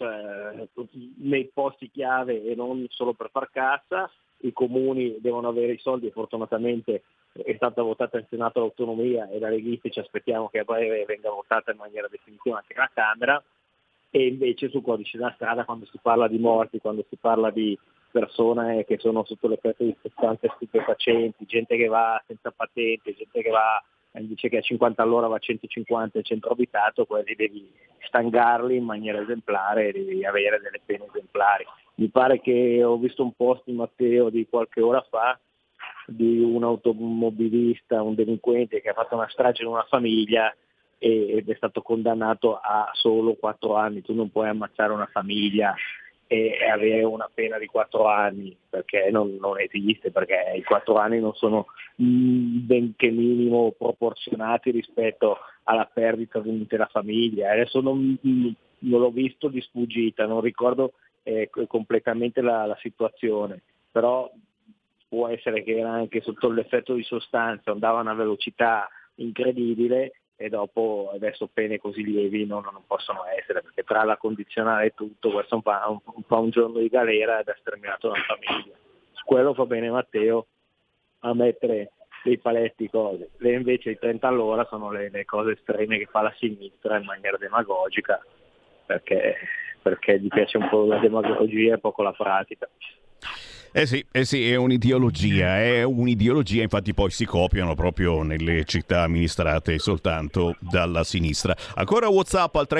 nei posti chiave e non solo per far cassa, i comuni devono avere i soldi, e fortunatamente è stata votata in Senato l'autonomia e da leghisti ci aspettiamo che a breve venga votata in maniera definitiva anche la Camera. E invece sul codice della strada, quando si parla di morti, quando si parla di persone che sono sotto l'effetto di sostanze stupefacenti, gente che va senza patente, gente che va invece che a 50 all'ora va a 150 nel centro abitato, quelli devi stangarli in maniera esemplare, devi avere delle pene esemplari. Mi pare che ho visto un post di Matteo di qualche ora fa di un automobilista, un delinquente che ha fatto una strage in una famiglia ed è stato condannato a solo 4 anni. Tu non puoi ammazzare una famiglia e avere una pena di 4 anni, perché non esiste, perché i 4 anni non sono benché minimo proporzionati rispetto alla perdita di un'intera famiglia. Adesso non l'ho visto di sfuggita, non ricordo completamente la situazione, però può essere che era anche sotto l'effetto di sostanza, andava a una velocità incredibile, e dopo adesso pene così lievi non possono essere, perché tra la condizionale e tutto questo fa un giorno di galera ed è sterminato da una famiglia. Su quello fa bene Matteo a mettere dei paletti, cose. Invece i 30 all'ora sono le cose estreme che fa la sinistra in maniera demagogica, perché gli piace un po' la demagogia e poco la pratica. Eh sì, è un'ideologia, infatti poi si copiano proprio nelle città amministrate soltanto dalla sinistra. Ancora WhatsApp al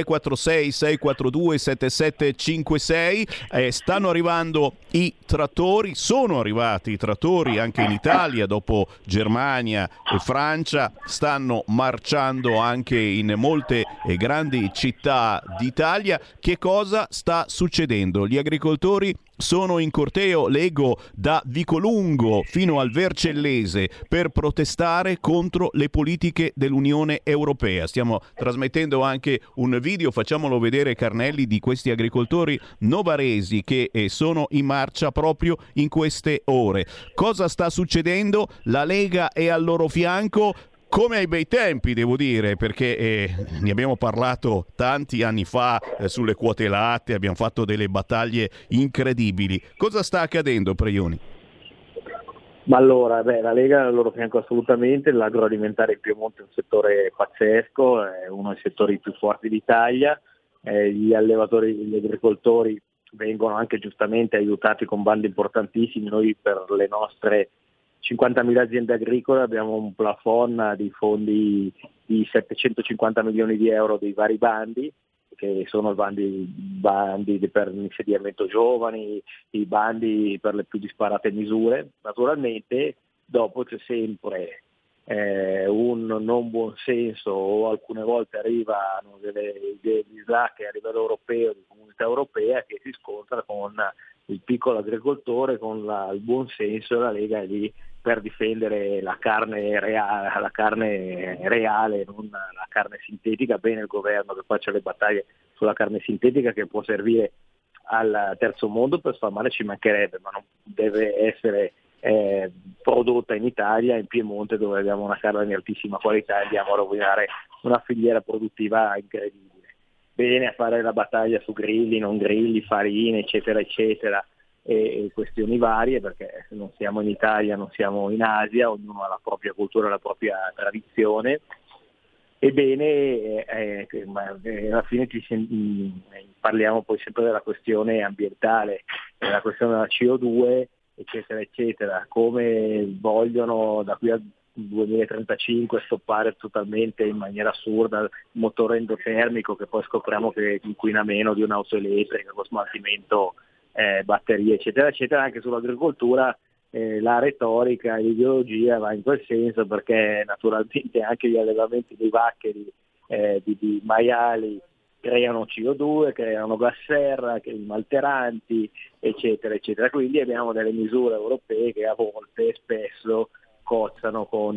346-642-7756, stanno arrivando i trattori, sono arrivati i trattori anche in Italia, dopo Germania e Francia, stanno marciando anche in molte grandi città d'Italia. Che cosa sta succedendo? Gli agricoltori sono in corteo, leggo, da Vicolungo fino al Vercellese per protestare contro le politiche dell'Unione Europea. Stiamo trasmettendo anche un video, facciamolo vedere Carnelli, di questi agricoltori novaresi che sono in marcia proprio in queste ore. Cosa sta succedendo? La Lega è al loro fianco, come ai bei tempi, devo dire, perché ne abbiamo parlato tanti anni fa sulle quote latte, abbiamo fatto delle battaglie incredibili. Cosa sta accadendo, Preioni? Ma allora, la Lega è al loro fianco assolutamente, l'agroalimentare in Piemonte è un settore pazzesco, è uno dei settori più forti d'Italia, gli allevatori, gli agricoltori vengono anche giustamente aiutati con bandi importantissimi. Noi per le nostre 50.000 aziende agricole abbiamo un plafond di fondi di 750 milioni di euro dei vari bandi, che sono i bandi per l'insediamento giovani, i bandi per le più disparate misure. Naturalmente dopo c'è sempre un non buon senso, o alcune volte arrivano delle idee bislacche a livello europeo, di comunità europea, che si scontra con il piccolo agricoltore, con il buon senso, e la Lega è lì per difendere la carne reale, non la carne sintetica. Bene il governo che faccia le battaglie sulla carne sintetica, che può servire al terzo mondo per sfamare, ci mancherebbe, ma non deve essere prodotta in Italia, in Piemonte, dove abbiamo una carne di altissima qualità, e andiamo a rovinare una filiera produttiva incredibile. bene a fare la battaglia su grilli, non grilli, farine, eccetera, eccetera, e questioni varie, perché non siamo in Italia, non siamo in Asia, ognuno ha la propria cultura, la propria tradizione. Ebbene, alla fine parliamo poi sempre della questione ambientale, della questione della CO2, eccetera, eccetera, come vogliono da qui al 2035 stoppare totalmente in maniera assurda il motore endotermico, che poi scopriamo che inquina meno di un'auto elettrica con smaltimento batterie, eccetera, eccetera. Anche sull'agricoltura la retorica e l'ideologia va in quel senso, perché naturalmente anche gli allevamenti di vacche, di maiali, creano CO2, creano gas serra, malteranti, eccetera, eccetera. Quindi abbiamo delle misure europee che a volte, spesso, cozzano con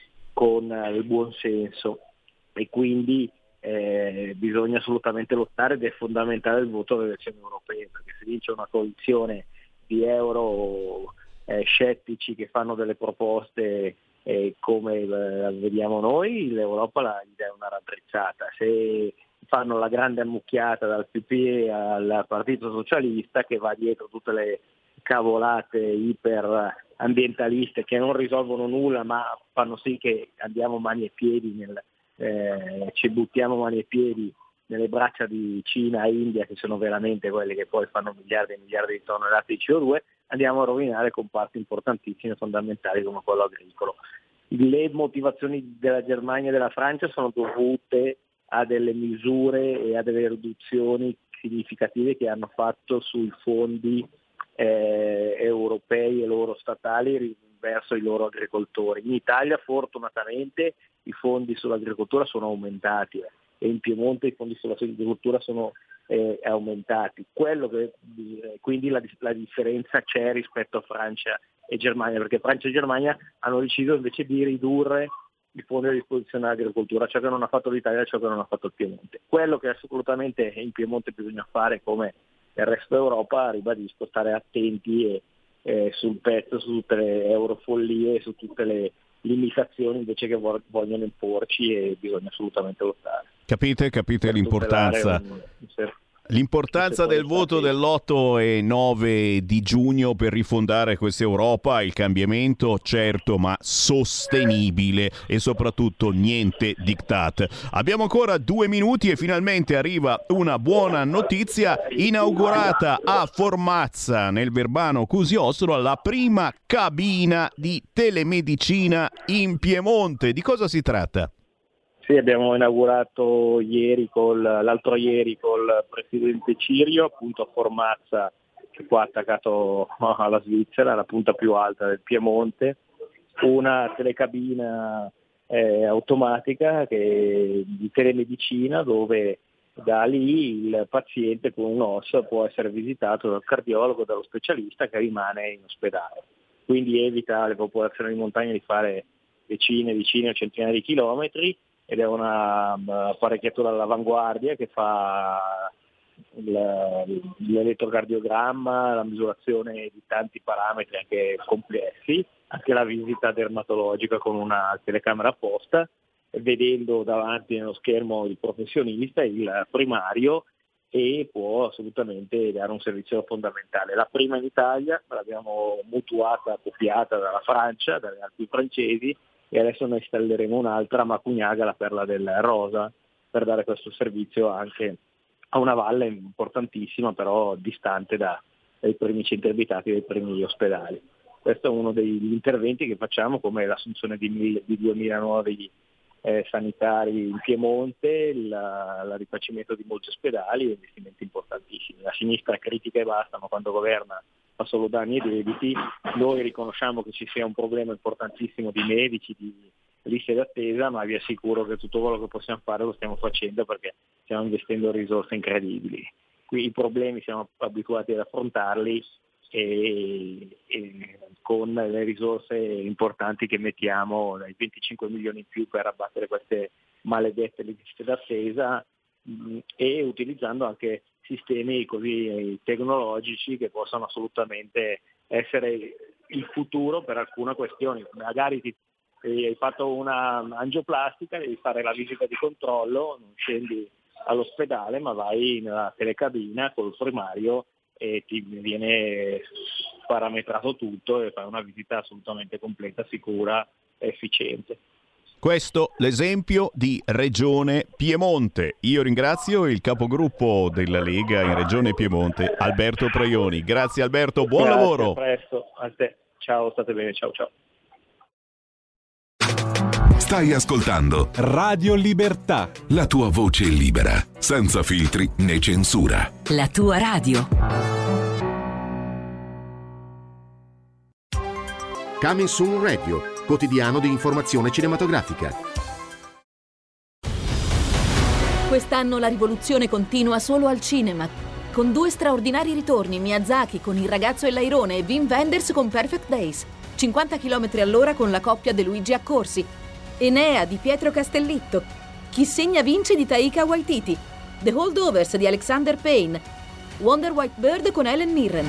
il buon senso, e quindi bisogna assolutamente lottare, ed è fondamentale il voto delle elezioni europee, perché se vince una coalizione di euro scettici che fanno delle proposte come vediamo noi, l'Europa gli dà una raddrizzata. Se fanno la grande ammucchiata dal PPE al Partito Socialista, che va dietro tutte le cavolate iper ambientaliste che non risolvono nulla, ma fanno sì che andiamo mani e piedi ci buttiamo mani e piedi nelle braccia di Cina e India, che sono veramente quelli che poi fanno miliardi e miliardi di tonnellate di CO2, andiamo a rovinare comparti importantissimi e fondamentali come quello agricolo. Le motivazioni della Germania e della Francia sono dovute a delle misure e a delle riduzioni significative che hanno fatto sui fondi europei e loro statali verso i loro agricoltori. In Italia fortunatamente i fondi sull'agricoltura sono aumentati e in Piemonte i fondi sull'agricoltura sono aumentati. Quindi la differenza c'è rispetto a Francia e Germania, perché Francia e Germania hanno deciso invece di ridurre i fondi a disposizione dell'agricoltura, ciò che non ha fatto l'Italia, ciò che non ha fatto il Piemonte. Quello che assolutamente in Piemonte bisogna fare, come nel resto d'Europa, ribadisco, stare attenti sul pezzo su tutte le eurofollie, su tutte le limitazioni invece che vogliono imporci, e bisogna assolutamente lottare. Capite l'importanza? L'importanza del voto dell'8 e 9 di giugno per rifondare questa Europa, il cambiamento certo ma sostenibile, e soprattutto niente diktat. Abbiamo ancora 2 minuti e finalmente arriva una buona notizia: inaugurata a Formazza nel Verbano Cusio-Ossola la prima cabina di telemedicina in Piemonte. Di cosa si tratta? Sì, abbiamo inaugurato l'altro ieri col presidente Cirio, appunto a Formazza, che qua attaccato alla Svizzera, la punta più alta del Piemonte, una telecabina automatica di telemedicina, dove da lì il paziente con un osso può essere visitato dal cardiologo, dallo specialista, che rimane in ospedale. Quindi evita alle popolazioni di montagna di fare decine o centinaia di chilometri, ed è una apparecchiatura all'avanguardia che fa l'elettrocardiogramma, la misurazione di tanti parametri anche complessi, anche la visita dermatologica con una telecamera apposta, vedendo davanti nello schermo il professionista, il primario, e può assolutamente dare un servizio fondamentale. La prima in Italia, l'abbiamo mutuata, copiata dalla Francia, dalle Alpi francesi, e adesso ne installeremo un'altra a Macugnaga, la Perla del Rosa, per dare questo servizio anche a una valle importantissima, però distante dai primi centri abitati, dai primi ospedali. Questo è uno degli interventi che facciamo, come l'assunzione di 2000 nuovi sanitari in Piemonte, il rifacimento di molti ospedali e investimenti importantissimi. La sinistra critica e basta, ma quando governa fa solo danni e debiti. Noi riconosciamo che ci sia un problema importantissimo di medici, di liste d'attesa, ma vi assicuro che tutto quello che possiamo fare lo stiamo facendo, perché stiamo investendo risorse incredibili. Qui i problemi siamo abituati ad affrontarli e con le risorse importanti che mettiamo, dai 25 milioni in più per abbattere queste maledette liste d'attesa, e utilizzando anche sistemi così tecnologici che possono assolutamente essere il futuro per alcune questioni. Magari hai fatto una angioplastica, devi fare la visita di controllo, non scendi all'ospedale, ma vai nella telecabina col primario e ti viene parametrato tutto e fai una visita assolutamente completa, sicura e efficiente. Questo l'esempio di Regione Piemonte. Io ringrazio il capogruppo della Lega in Regione Piemonte, Alberto Praioni. Grazie Alberto, buon lavoro. A presto, a te. Ciao, state bene, ciao ciao. Stai ascoltando Radio Libertà. La tua voce libera, senza filtri né censura. La tua radio. Coming Soon Radio, quotidiano di informazione cinematografica. Quest'anno la rivoluzione continua solo al cinema. Con 2 straordinari ritorni, Miyazaki con Il ragazzo e l'airone e Wim Wenders con Perfect Days. 50 km all'ora con la coppia De Luigi Accorsi. Enea di Pietro Castellitto. Chi segna vince di Taika Waititi. The Holdovers di Alexander Payne. Wonder White Bird con Helen Mirren.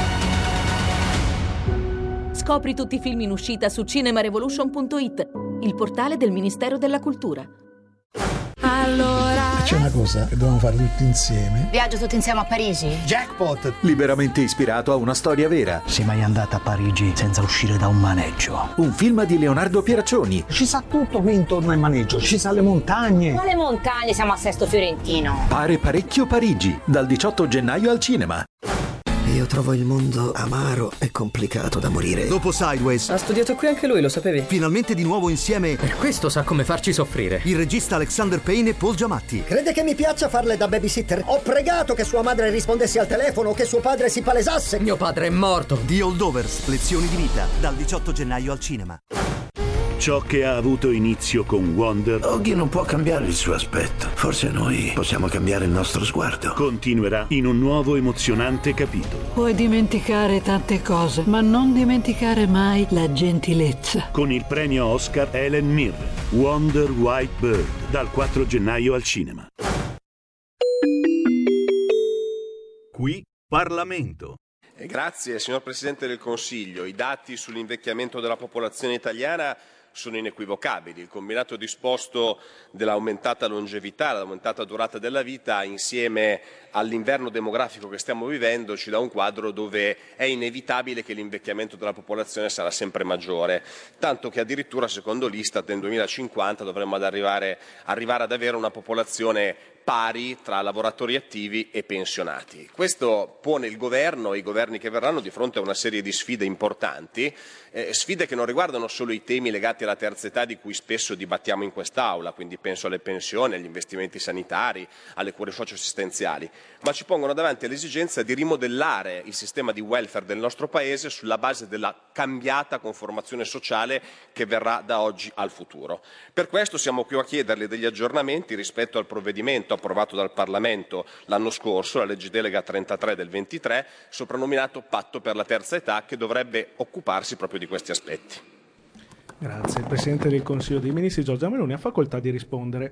Scopri tutti i film in uscita su cinemarevolution.it, il portale del Ministero della Cultura. Allora, c'è una cosa che dobbiamo fare tutti insieme. Viaggio tutti insieme a Parigi? Jackpot! Liberamente ispirato a una storia vera. Sei mai andata a Parigi senza uscire da un maneggio? Un film di Leonardo Pieraccioni. Ci sa tutto qui intorno al maneggio, ci sa le montagne. Quale montagne? Siamo a Sesto Fiorentino. Pare parecchio Parigi, dal 18 gennaio al cinema. Io trovo il mondo amaro e complicato da morire. Dopo Sideways. Ha studiato qui anche lui, lo sapevi? Finalmente di nuovo insieme. Per questo sa come farci soffrire. Il regista Alexander Payne e Paul Giamatti. Crede che mi piaccia farle da babysitter? Ho pregato che sua madre rispondesse al telefono, che suo padre si palesasse. Mio padre è morto. The Holdovers, lezioni di vita, dal 18 gennaio al cinema. Ciò che ha avuto inizio con Wonder, Oggi non può cambiare il suo aspetto. Forse noi possiamo cambiare il nostro sguardo. continuerà in un nuovo emozionante capitolo. Puoi dimenticare tante cose, ma non dimenticare mai la gentilezza. Con il premio Oscar Helen Mirren, Wonder White Bird, dal 4 gennaio al cinema. Qui Parlamento. Grazie, signor Presidente del Consiglio. I dati sull'invecchiamento della popolazione italiana sono inequivocabili. Il combinato disposto dell'aumentata longevità, dell'aumentata durata della vita, insieme all'inverno demografico che stiamo vivendo, ci dà un quadro dove è inevitabile che l'invecchiamento della popolazione sarà sempre maggiore, tanto che addirittura, secondo l'Istat, nel 2050 dovremmo arrivare ad avere una popolazione pari tra lavoratori attivi e pensionati. Questo pone il governo e i governi che verranno di fronte a una serie di sfide importanti, sfide che non riguardano solo i temi legati alla terza età di cui spesso dibattiamo in quest'Aula, quindi penso alle pensioni, agli investimenti sanitari, alle cure socioassistenziali, ma ci pongono davanti all'esigenza di rimodellare il sistema di welfare del nostro Paese sulla base della cambiata conformazione sociale che verrà da oggi al futuro. Per questo siamo qui a chiederle degli aggiornamenti rispetto al provvedimento approvato dal Parlamento l'anno scorso, la legge delega 33 del 23, soprannominato Patto per la terza età, che dovrebbe occuparsi proprio di questi aspetti. Grazie. Il Presidente del Consiglio dei Ministri, Giorgia Meloni, ha facoltà di rispondere.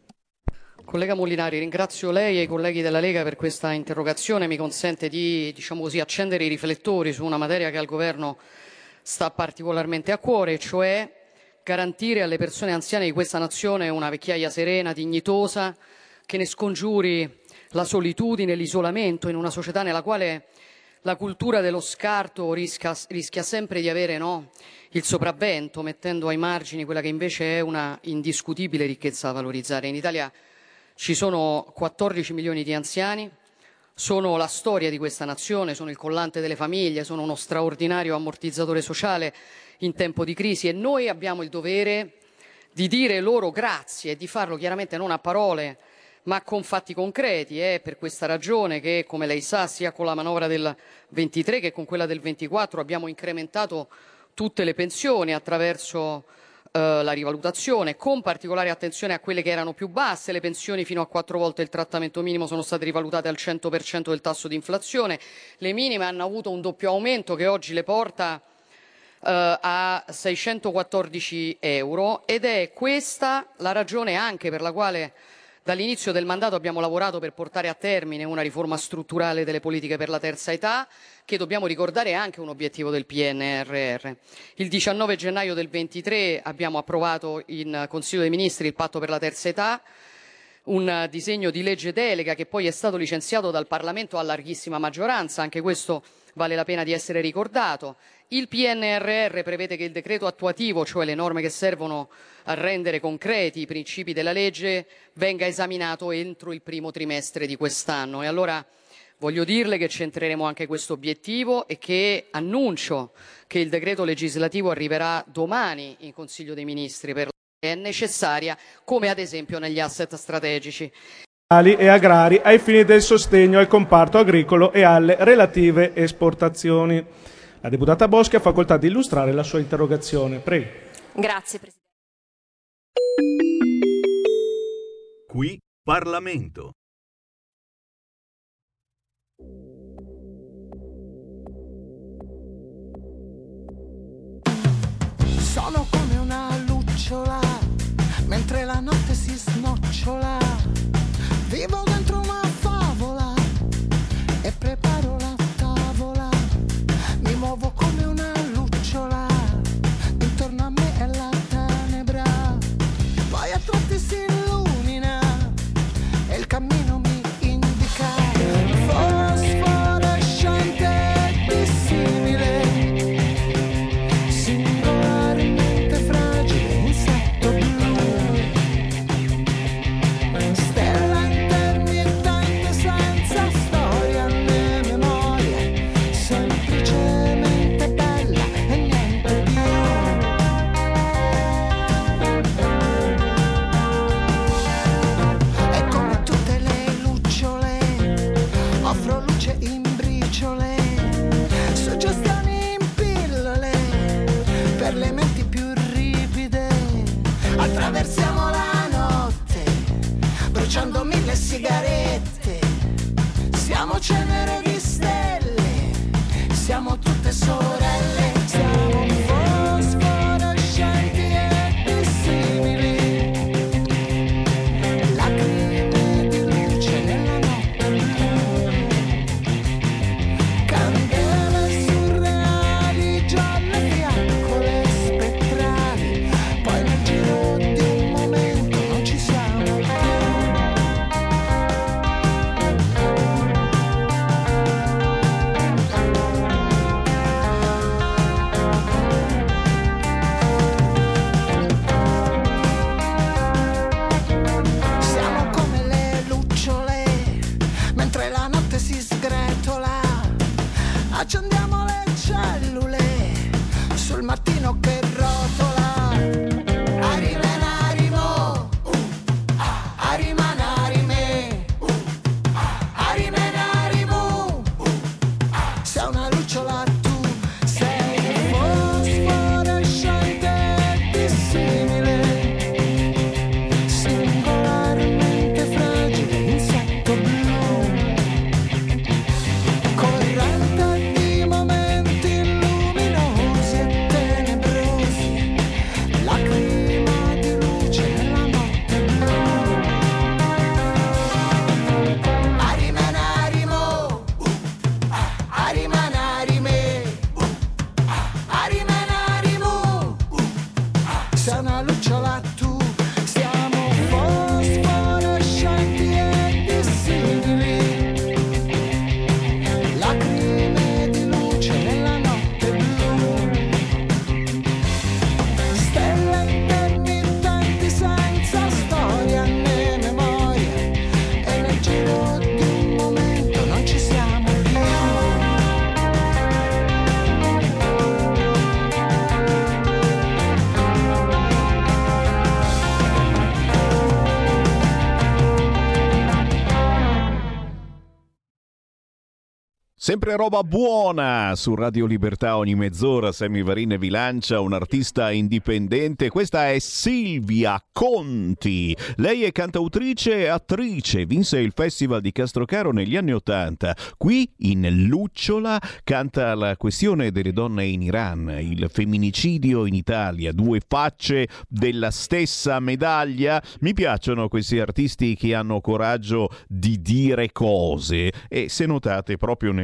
Collega Molinari, ringrazio lei e i colleghi della Lega per questa interrogazione. Mi consente di, accendere i riflettori su una materia che al Governo sta particolarmente a cuore, cioè garantire alle persone anziane di questa nazione una vecchiaia serena, dignitosa, che ne scongiuri la solitudine, l'isolamento in una società nella quale la cultura dello scarto rischia sempre di avere il sopravvento, mettendo ai margini quella che invece è una indiscutibile ricchezza da valorizzare. In Italia ci sono 14 milioni di anziani, sono la storia di questa nazione, sono il collante delle famiglie, sono uno straordinario ammortizzatore sociale in tempo di crisi e noi abbiamo il dovere di dire loro grazie e di farlo chiaramente non a parole ma con fatti concreti. È per questa ragione che, come lei sa, sia con la manovra del 23 che con quella del 24 abbiamo incrementato tutte le pensioni attraverso la rivalutazione, con particolare attenzione a quelle che erano più basse. Le pensioni fino a 4 volte il trattamento minimo sono state rivalutate al 100% del tasso di inflazione, le minime hanno avuto un doppio aumento che oggi le porta a 614 euro ed è questa la ragione anche per la quale dall'inizio del mandato abbiamo lavorato per portare a termine una riforma strutturale delle politiche per la terza età, che dobbiamo ricordare è anche un obiettivo del PNRR. Il 19 gennaio del 23 abbiamo approvato in Consiglio dei Ministri il patto per la terza età, un disegno di legge delega che poi è stato licenziato dal Parlamento a larghissima maggioranza, anche questo vale la pena di essere ricordato. Il PNRR prevede che il decreto attuativo, cioè le norme che servono a rendere concreti i principi della legge, venga esaminato entro il primo trimestre di quest'anno. E allora voglio dirle che centreremo anche questo obiettivo e che annuncio che il decreto legislativo arriverà domani in Consiglio dei Ministri per è necessaria, come ad esempio negli asset strategici e agrari ai fini del sostegno al comparto agricolo e alle relative esportazioni. La deputata Boschi ha facoltà di illustrare la sua interrogazione. Prego. Grazie, Presidente. Qui Parlamento. Sono come una lucciola mentre la notte si snocciola. Vivo dentro una favola e preparo la tavola. Mi muovo come una lucciola, intorno a me è la tenebra. Poi a tratti si illumina e il cammino mi indica. Fosforescente e dissimile, singolarmente fragile, insetto blu. Stella intermittente senza storia né memoria, semplicemente bella e niente di più. E come tutte le lucciole offro luce in briciole, suggestioni in pillole per le menti più ripide. Attraversiamo la notte bruciando 1000 sigarette. Siamo cenere di stelle, siamo tutte sorelle. Siamo fosforescenti e dissimili, lacrime di luce nella notte blu. Candele surreali, gialle, fiaccole spettrali. Poi nel giro di un momento non ci siamo più. Siamo come le lucciole mentre la notte si sgretola. Accendiamo le cellule sul mattino che rotola. Arimenarimo, arimanarime, arimenarimo. Sei una lucciola tu, sei fosforescente e dissimile, singolarmente fragile, insetto blu. Corrente di momenti luminosi e tenebrosi, lacrima di luce nella notte blu. Arimenarimo, arimanarime, arimenarimo. Sei una lucciola tu, siamo fosforescenti e dissimili, lacrime di luce nella notte blu. Stelle intermittenti senza storia né memoria, e nel giro di un momento non ci siamo più. Sempre roba buona su Radio Libertà ogni mezz'ora. Sammy Varin vi lancia un artista indipendente. Questa è Silvia Conti. Lei è cantautrice e attrice. Vinse il Festival di Castrocaro negli anni '80. Qui in Lucciola canta la questione delle donne in Iran, il femminicidio in Italia, due facce della stessa medaglia. Mi piacciono questi artisti che hanno coraggio di dire cose e, se notate, proprio nel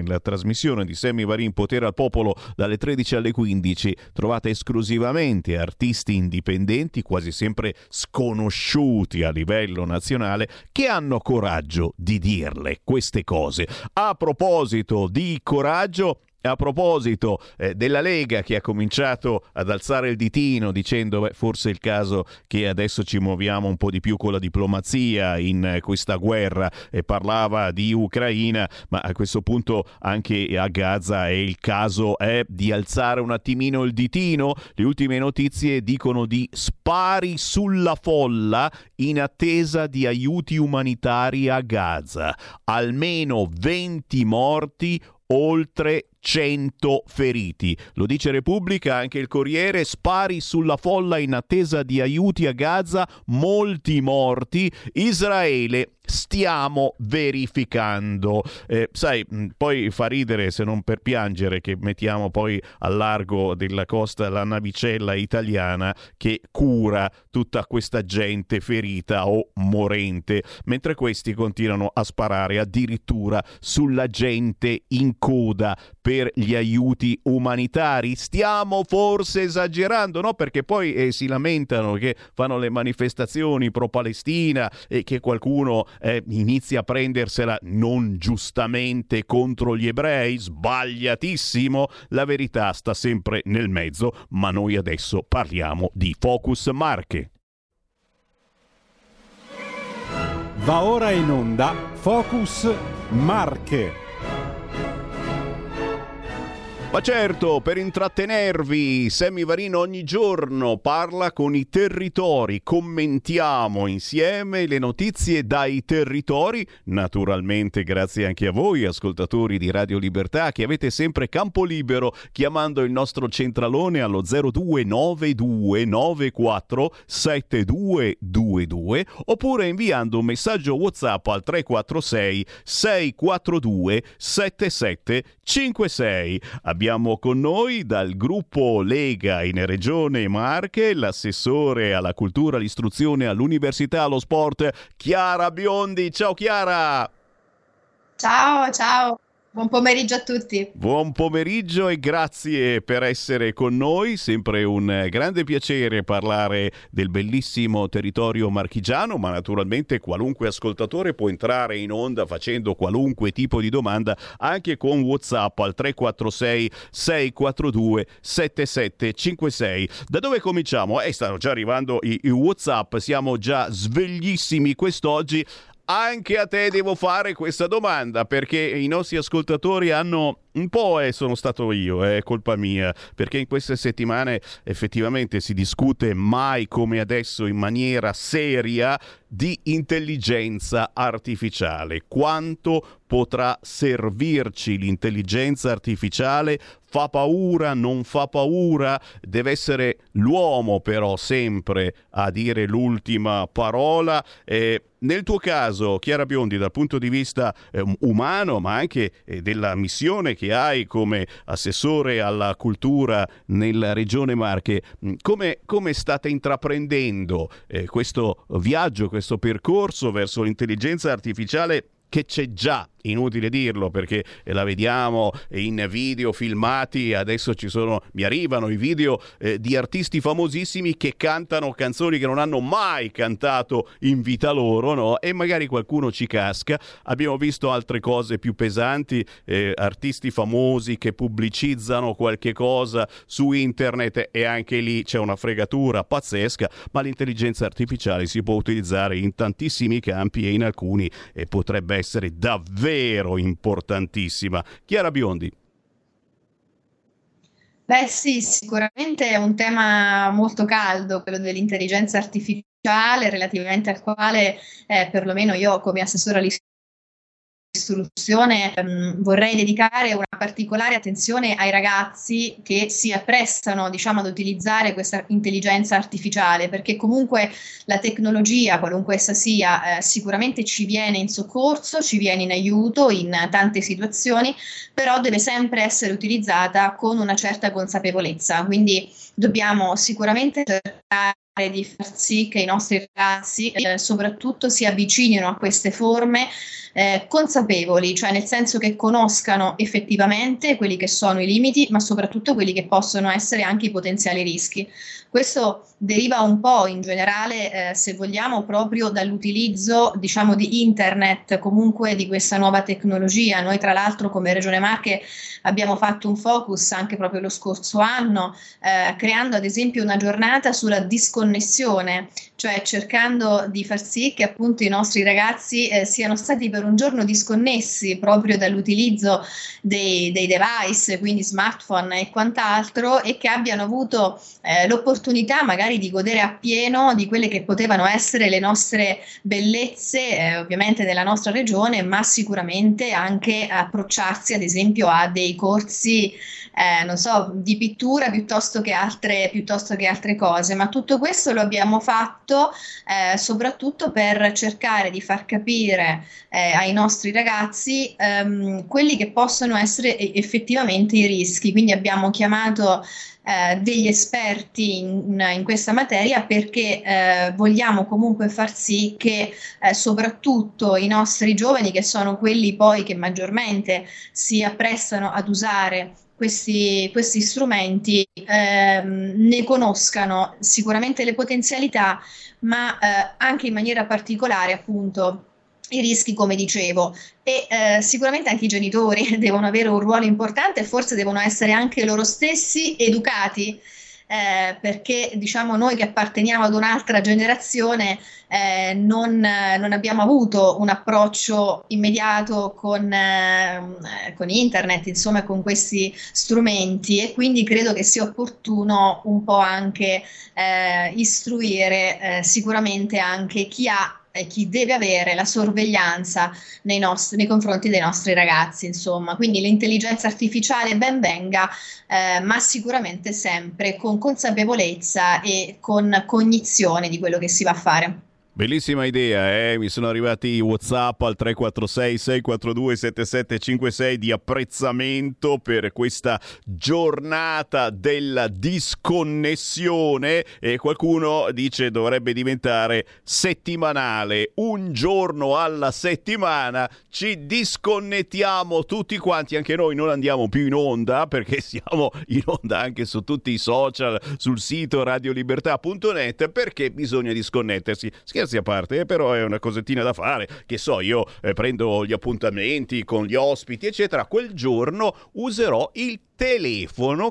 nella trasmissione di Sammy Varin Potere al Popolo dalle 13 alle 15 trovate esclusivamente artisti indipendenti, quasi sempre sconosciuti a livello nazionale, che hanno coraggio di dirle queste cose. A proposito di coraggio, a proposito della Lega che ha cominciato ad alzare il ditino dicendo forse è il caso che adesso ci muoviamo un po' di più con la diplomazia in questa guerra, e parlava di Ucraina, ma a questo punto anche a Gaza è il caso di alzare un attimino il ditino. Le ultime notizie dicono di spari sulla folla in attesa di aiuti umanitari a Gaza, almeno 20 morti, oltre 100 feriti. Lo dice Repubblica, anche il Corriere: spari sulla folla in attesa di aiuti a Gaza, molti morti, Israele stiamo verificando. Sai, poi fa ridere, se non per piangere, che mettiamo poi al largo della costa la navicella italiana che cura tutta questa gente ferita o morente, mentre questi continuano a sparare addirittura sulla gente in coda per gli aiuti umanitari. Stiamo forse esagerando, no? Perché poi si lamentano che fanno le manifestazioni pro Palestina e che qualcuno inizia a prendersela non giustamente contro gli ebrei. Sbagliatissimo, la verità sta sempre nel mezzo, ma noi adesso parliamo di Focus Marche. Va ora in onda Focus Marche. Ma certo, per intrattenervi, Sammy Varin ogni giorno parla con i territori, commentiamo insieme le notizie dai territori, naturalmente grazie anche a voi ascoltatori di Radio Libertà che avete sempre campo libero chiamando il nostro centralone allo 0292947222 oppure inviando un messaggio WhatsApp al 346 642 7756. Abbiamo con noi dal gruppo Lega in Regione Marche l'assessore alla cultura, all'istruzione, all'università, allo sport, Chiara Biondi. Ciao Chiara! Ciao! Buon pomeriggio a tutti. Buon pomeriggio e grazie per essere con noi. Sempre un grande piacere parlare del bellissimo territorio marchigiano, ma naturalmente qualunque ascoltatore può entrare in onda facendo qualunque tipo di domanda anche con WhatsApp al 346 642 7756. Da dove cominciamo? Stanno già arrivando i WhatsApp, siamo già sveglissimi quest'oggi. Anche a te devo fare questa domanda perché i nostri ascoltatori hanno un po', sono stato io, è colpa mia, perché in queste settimane effettivamente si discute mai come adesso in maniera seria di intelligenza artificiale. Quanto potrà servirci l'intelligenza artificiale? Fa paura, non fa paura? Deve essere l'uomo però sempre a dire l'ultima parola. Nel tuo caso, Chiara Biondi, dal punto di vista umano, ma anche della missione che hai come assessore alla cultura nella Regione Marche, come state intraprendendo questo viaggio, questo percorso verso l'intelligenza artificiale che c'è già, inutile dirlo perché la vediamo in video filmati, adesso mi arrivano i video di artisti famosissimi che cantano canzoni che non hanno mai cantato in vita loro, no? E magari qualcuno ci casca. Abbiamo visto altre cose più pesanti, artisti famosi che pubblicizzano qualche cosa su internet e anche lì c'è una fregatura pazzesca, ma l'intelligenza artificiale si può utilizzare in tantissimi campi e in alcuni potrebbe essere davvero importantissima. Chiara Biondi. Beh sì, sicuramente è un tema molto caldo, quello dell'intelligenza artificiale, relativamente al quale perlomeno io come assessore all'istruzione vorrei dedicare una particolare attenzione ai ragazzi che si apprestano, diciamo, ad utilizzare questa intelligenza artificiale, perché comunque la tecnologia, qualunque essa sia, sicuramente ci viene in soccorso, ci viene in aiuto in tante situazioni, però deve sempre essere utilizzata con una certa consapevolezza, quindi dobbiamo sicuramente cercare di far sì che i nostri ragazzi soprattutto si avvicinino a queste forme consapevoli, cioè nel senso che conoscano effettivamente quelli che sono i limiti, ma soprattutto quelli che possono essere anche i potenziali rischi. Questo deriva un po' in generale, se vogliamo, proprio dall'utilizzo, diciamo, di internet, comunque di questa nuova tecnologia. Noi tra l'altro come Regione Marche abbiamo fatto un focus anche proprio lo scorso anno, creando ad esempio una giornata sulla disconnessione, cioè cercando di far sì che appunto i nostri ragazzi siano stati per un giorno disconnessi proprio dall'utilizzo dei device, quindi smartphone e quant'altro, e che abbiano avuto l'opportunità magari di godere appieno di quelle che potevano essere le nostre bellezze, ovviamente della nostra regione, ma sicuramente anche approcciarsi ad esempio a dei corsi non so, di pittura piuttosto che altre cose, ma tutto questo lo abbiamo fatto soprattutto per cercare di far capire ai nostri ragazzi quelli che possono essere effettivamente i rischi. Quindi abbiamo chiamato degli esperti in questa materia perché vogliamo comunque far sì che soprattutto i nostri giovani, che sono quelli poi che maggiormente si apprestano ad usare questi strumenti, ne conoscano sicuramente le potenzialità, ma anche in maniera particolare appunto i rischi, come dicevo. E sicuramente anche i genitori devono avere un ruolo importante e forse devono essere anche loro stessi educati, perché diciamo noi che apparteniamo ad un'altra generazione non abbiamo avuto un approccio immediato con internet, insomma con questi strumenti, e quindi credo che sia opportuno un po' anche istruire sicuramente anche chi ha e chi deve avere la sorveglianza nei confronti dei nostri ragazzi, insomma. Quindi l'intelligenza artificiale ben venga, ma sicuramente sempre con consapevolezza e con cognizione di quello che si va a fare. Bellissima idea, mi sono arrivati WhatsApp al 346 642 7756 di apprezzamento per questa giornata della disconnessione, e qualcuno dice dovrebbe diventare settimanale, un giorno alla settimana ci disconnettiamo tutti quanti, anche noi non andiamo più in onda perché siamo in onda anche su tutti i social, sul sito radiolibertà.net, perché bisogna disconnettersi. Scherzi a parte, però è una cosettina da fare, che so, io prendo gli appuntamenti con gli ospiti eccetera, quel giorno userò il telefonando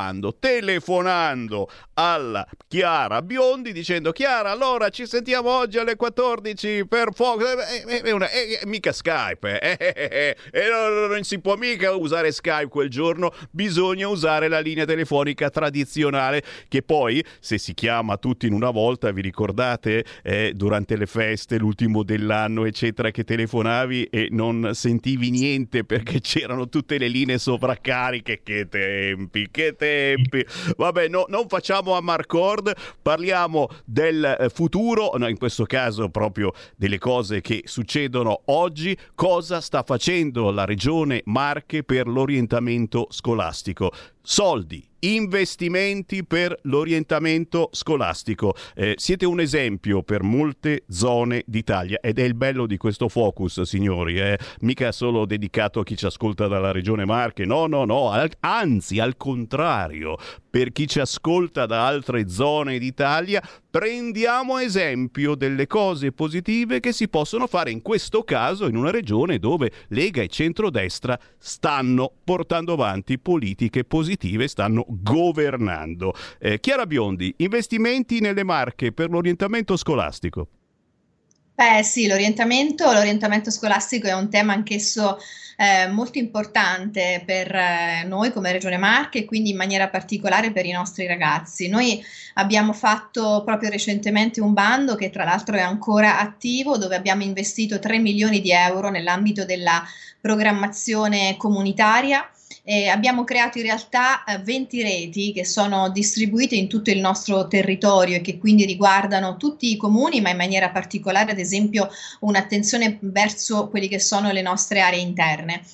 alla Chiara Biondi dicendo: Chiara, allora ci sentiamo oggi alle 14 per mica Skype, e non si può mica usare Skype quel giorno, bisogna usare la linea telefonica tradizionale, che poi se si chiama tutti in una volta, vi ricordate durante le feste, l'ultimo dell'anno eccetera, che telefonavi e non sentivi niente perché c'erano tutte le linee sovraccariche. Che tempi. Vabbè, no, non facciamo a Marcord, parliamo del futuro, no, in questo caso proprio delle cose che succedono oggi. Cosa sta facendo la Regione Marche per l'orientamento scolastico? Soldi, investimenti per l'orientamento scolastico. Siete un esempio per molte zone d'Italia, ed è il bello di questo focus, signori, mica solo dedicato a chi ci ascolta dalla Regione Marche, no, anzi al contrario, per chi ci ascolta da altre zone d'Italia, prendiamo esempio delle cose positive che si possono fare, in questo caso in una regione dove Lega e centrodestra stanno portando avanti politiche positive, stanno governando. Chiara Biondi, investimenti nelle Marche per l'orientamento scolastico. Sì, l'orientamento scolastico è un tema anch'esso molto importante per noi come Regione Marche, e quindi in maniera particolare per i nostri ragazzi. Noi abbiamo fatto proprio recentemente un bando che tra l'altro è ancora attivo, dove abbiamo investito 3 milioni di euro nell'ambito della programmazione comunitaria. Abbiamo creato in realtà 20 reti che sono distribuite in tutto il nostro territorio e che quindi riguardano tutti i comuni, ma in maniera particolare ad esempio un'attenzione verso quelli che sono le nostre aree interne.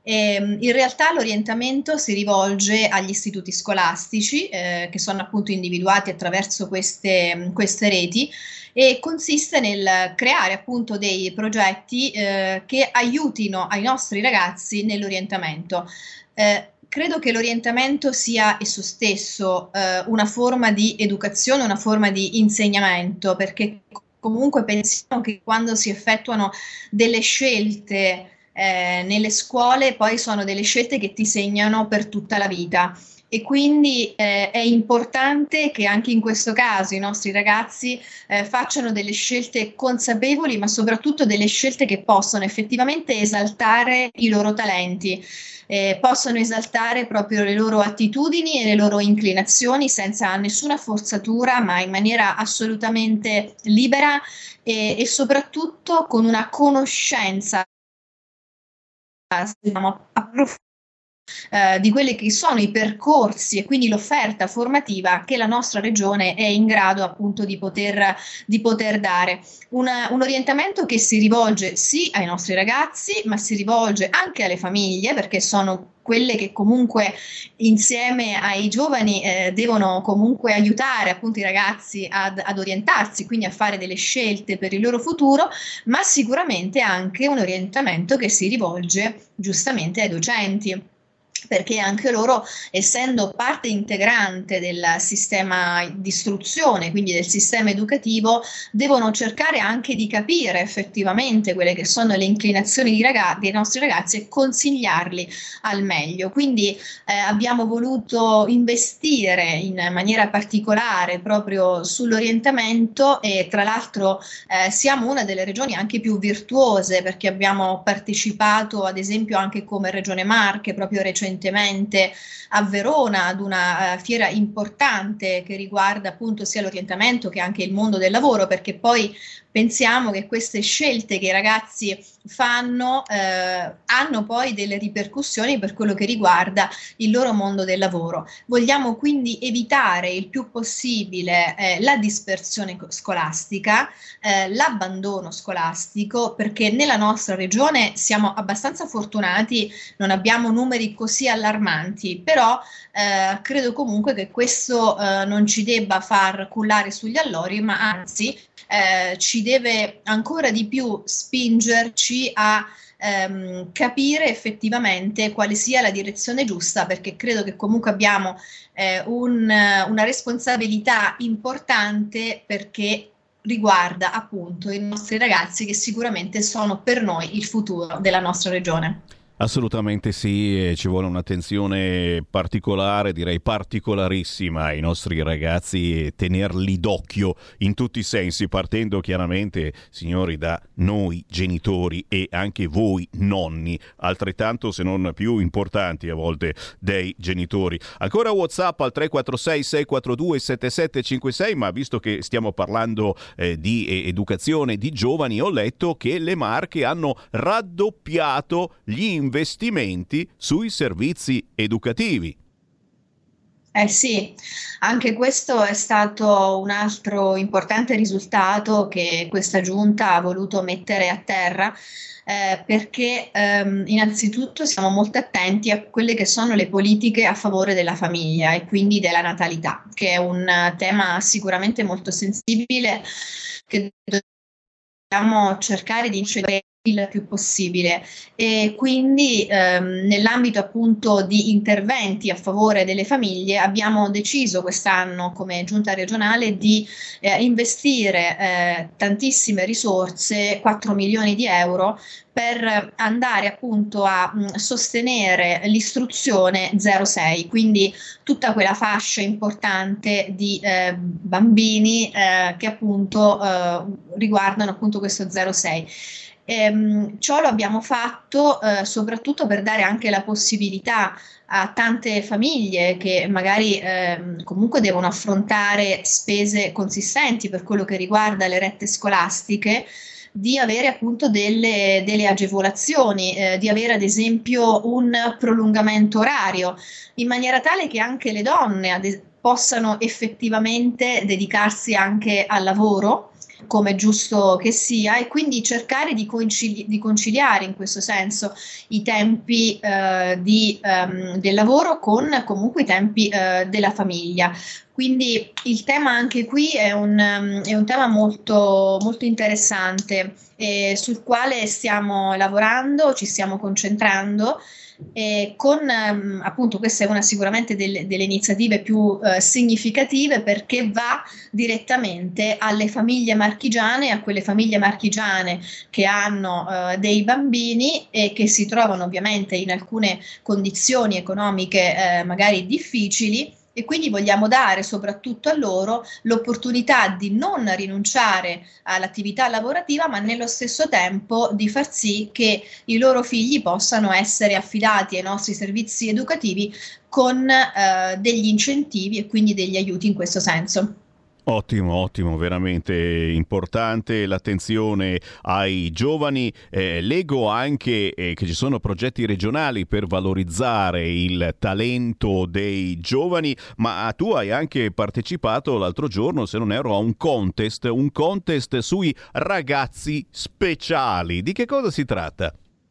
In realtà l'orientamento si rivolge agli istituti scolastici che sono appunto individuati attraverso queste reti, e consiste nel creare appunto dei progetti che aiutino ai nostri ragazzi nell'orientamento. Credo che l'orientamento sia esso stesso una forma di educazione, una forma di insegnamento, perché comunque pensiamo che quando si effettuano delle scelte nelle scuole, poi sono delle scelte che ti segnano per tutta la vita, e quindi è importante che anche in questo caso i nostri ragazzi facciano delle scelte consapevoli, ma soprattutto delle scelte che possono effettivamente esaltare i loro talenti, possono esaltare proprio le loro attitudini e le loro inclinazioni senza nessuna forzatura, ma in maniera assolutamente libera e soprattutto con una conoscenza approfondita di quelli che sono i percorsi e quindi l'offerta formativa che la nostra regione è in grado appunto di poter dare. Un orientamento che si rivolge sì ai nostri ragazzi, ma si rivolge anche alle famiglie, perché sono quelle che comunque insieme ai giovani devono comunque aiutare appunto i ragazzi ad orientarsi, quindi a fare delle scelte per il loro futuro, ma sicuramente anche un orientamento che si rivolge giustamente ai docenti, perché anche loro, essendo parte integrante del sistema di istruzione, quindi del sistema educativo, devono cercare anche di capire effettivamente quelle che sono le inclinazioni dei nostri ragazzi e consigliarli al meglio. Quindi abbiamo voluto investire in maniera particolare proprio sull'orientamento, e tra l'altro siamo una delle regioni anche più virtuose, perché abbiamo partecipato ad esempio anche come Regione Marche proprio recentemente a Verona ad una fiera importante che riguarda appunto sia l'orientamento che anche il mondo del lavoro, perché poi pensiamo che queste scelte che i ragazzi fanno hanno poi delle ripercussioni per quello che riguarda il loro mondo del lavoro. Vogliamo quindi evitare il più possibile la dispersione scolastica, l'abbandono scolastico, perché nella nostra regione siamo abbastanza fortunati, non abbiamo numeri così allarmanti, però credo comunque che questo non ci debba far cullare sugli allori, ma anzi ci deve ancora di più spingerci a capire effettivamente quale sia la direzione giusta, perché credo che comunque abbiamo una responsabilità importante, perché riguarda appunto i nostri ragazzi, che sicuramente sono per noi il futuro della nostra regione. Assolutamente sì, ci vuole un'attenzione particolare, direi particolarissima ai nostri ragazzi, e tenerli d'occhio in tutti i sensi, partendo chiaramente, signori, da noi genitori e anche voi nonni, altrettanto se non più importanti a volte dei genitori. Ancora WhatsApp al 346 642 7756, ma visto che stiamo parlando di educazione di giovani, ho letto che le Marche hanno raddoppiato gli investimenti sui servizi educativi. Sì, anche questo è stato un altro importante risultato che questa giunta ha voluto mettere a terra, perché innanzitutto siamo molto attenti a quelle che sono le politiche a favore della famiglia e quindi della natalità, che è un tema sicuramente molto sensibile, che dobbiamo cercare di incidere il più possibile, e quindi nell'ambito appunto di interventi a favore delle famiglie abbiamo deciso quest'anno come giunta regionale di investire tantissime risorse, 4 milioni di euro, per andare appunto a sostenere l'istruzione 0-6, quindi tutta quella fascia importante di bambini che appunto riguardano appunto questo 0-6. Ciò lo abbiamo fatto soprattutto per dare anche la possibilità a tante famiglie che magari comunque devono affrontare spese consistenti per quello che riguarda le rette scolastiche, di avere appunto delle agevolazioni, di avere ad esempio un prolungamento orario, in maniera tale che anche le donne possano effettivamente dedicarsi anche al lavoro, come è giusto che sia, e quindi cercare di conciliare in questo senso i tempi del lavoro con comunque i tempi della famiglia. Quindi il tema anche qui è un tema molto, molto interessante, sul quale stiamo lavorando, ci stiamo concentrando. Appunto, questa è una sicuramente delle iniziative più significative, perché va direttamente alle famiglie marchigiane, a quelle famiglie marchigiane che hanno dei bambini e che si trovano ovviamente in alcune condizioni economiche magari difficili. E quindi vogliamo dare soprattutto a loro l'opportunità di non rinunciare all'attività lavorativa, ma nello stesso tempo di far sì che i loro figli possano essere affidati ai nostri servizi educativi con degli incentivi e quindi degli aiuti in questo senso. Ottimo, veramente importante l'attenzione ai giovani. Leggo anche che ci sono progetti regionali per valorizzare il talento dei giovani, ma tu hai anche partecipato l'altro giorno, se non erro, a un contest sui ragazzi speciali. Di che cosa si tratta?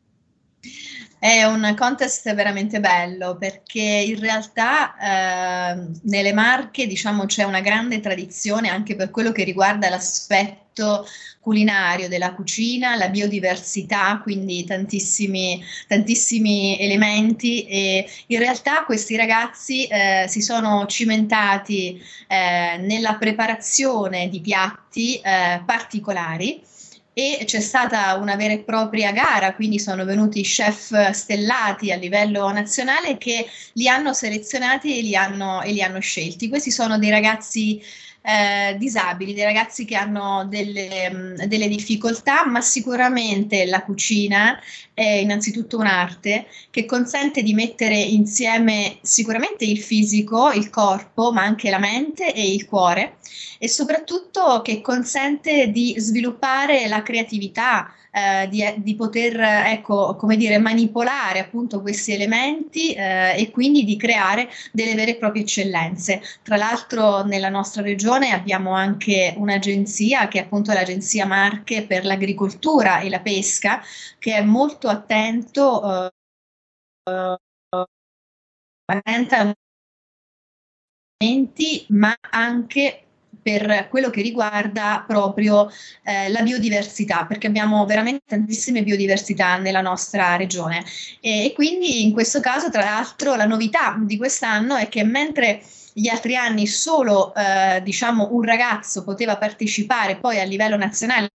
È un contest veramente bello, perché in realtà nelle Marche, diciamo, c'è una grande tradizione anche per quello che riguarda l'aspetto culinario della cucina, la biodiversità, quindi tantissimi elementi, e in realtà questi ragazzi si sono cimentati nella preparazione di piatti particolari. E c'è stata una vera e propria gara, quindi sono venuti chef stellati a livello nazionale che li hanno selezionati e li hanno scelti. Questi sono dei ragazzi disabili, dei ragazzi che hanno delle difficoltà, ma sicuramente la cucina è innanzitutto un'arte che consente di mettere insieme sicuramente il fisico, il corpo, ma anche la mente e il cuore, e soprattutto che consente di sviluppare la creatività, di poter, ecco, come dire, manipolare appunto questi elementi e quindi di creare delle vere e proprie eccellenze. Tra l'altro nella nostra regione abbiamo anche un'agenzia, che è appunto l'Agenzia Marche per l'agricoltura e la pesca, che è molto attento ma anche per quello che riguarda proprio la biodiversità, perché abbiamo veramente tantissime biodiversità nella nostra regione, e quindi in questo caso, tra l'altro, la novità di quest'anno è che mentre gli altri anni solo diciamo un ragazzo poteva partecipare poi a livello nazionale,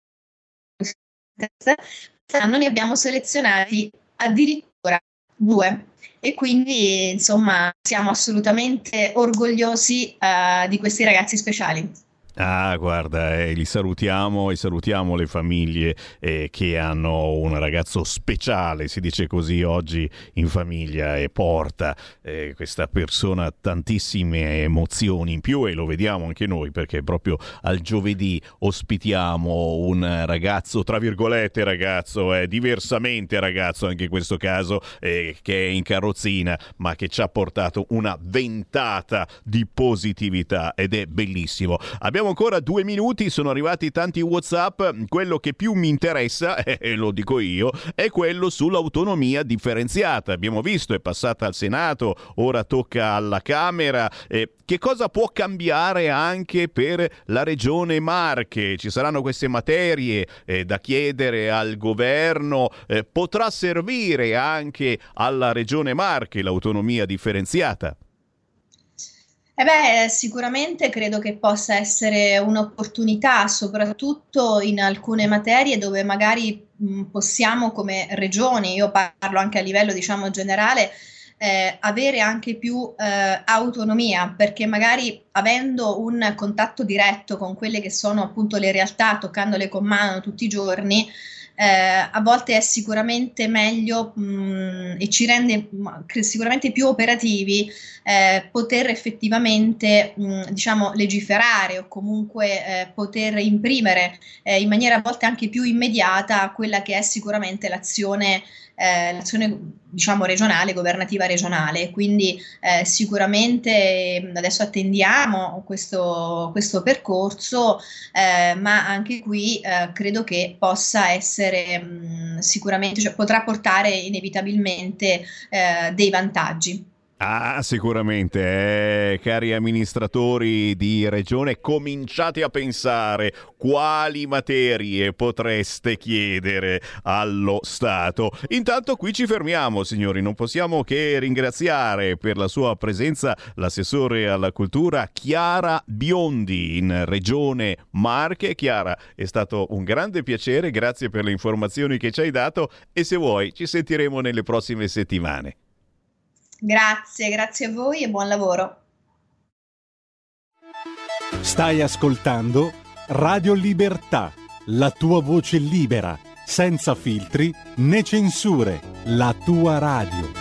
quest'anno ne abbiamo selezionati addirittura 2. E quindi, insomma, siamo assolutamente orgogliosi di questi ragazzi speciali. Ah, guarda, li salutiamo, e salutiamo le famiglie che hanno un ragazzo speciale, si dice così oggi in famiglia, e porta questa persona tantissime emozioni in più, e lo vediamo anche noi, perché proprio al giovedì ospitiamo un ragazzo, tra virgolette ragazzo, diversamente ragazzo anche in questo caso, che è in carrozzina, ma che ci ha portato una ventata di positività, ed è bellissimo. Abbiamo ancora 2 minuti, sono arrivati tanti WhatsApp. Quello che più mi interessa, lo dico io, è quello sull'autonomia differenziata. Abbiamo visto, è passata al Senato, ora tocca alla Camera. Che cosa può cambiare anche per la Regione Marche? Ci saranno queste materie da chiedere al governo? Potrà servire anche alla Regione Marche l'autonomia differenziata? Sicuramente credo che possa essere un'opportunità, soprattutto in alcune materie dove magari possiamo, come regioni, io parlo anche a livello, diciamo, generale, avere anche più autonomia, perché magari avendo un contatto diretto con quelle che sono appunto le realtà, toccandole con mano tutti i giorni, a volte è sicuramente meglio e ci rende sicuramente più operativi poter effettivamente diciamo legiferare o comunque poter imprimere in maniera a volte anche più immediata quella che è sicuramente l'azione diciamo regionale, governativa regionale. Quindi sicuramente adesso attendiamo questo percorso, ma anche qui credo che possa essere sicuramente, cioè potrà portare inevitabilmente dei vantaggi. Ah, sicuramente, cari amministratori di regione, cominciate a pensare quali materie potreste chiedere allo Stato. Intanto qui ci fermiamo, signori, non possiamo che ringraziare per la sua presenza l'assessore alla cultura Chiara Biondi in Regione Marche. Chiara, è stato un grande piacere, grazie per le informazioni che ci hai dato e se vuoi ci sentiremo nelle prossime settimane. Grazie a voi e buon lavoro. Stai ascoltando Radio Libertà, la tua voce libera, senza filtri né censure, la tua radio.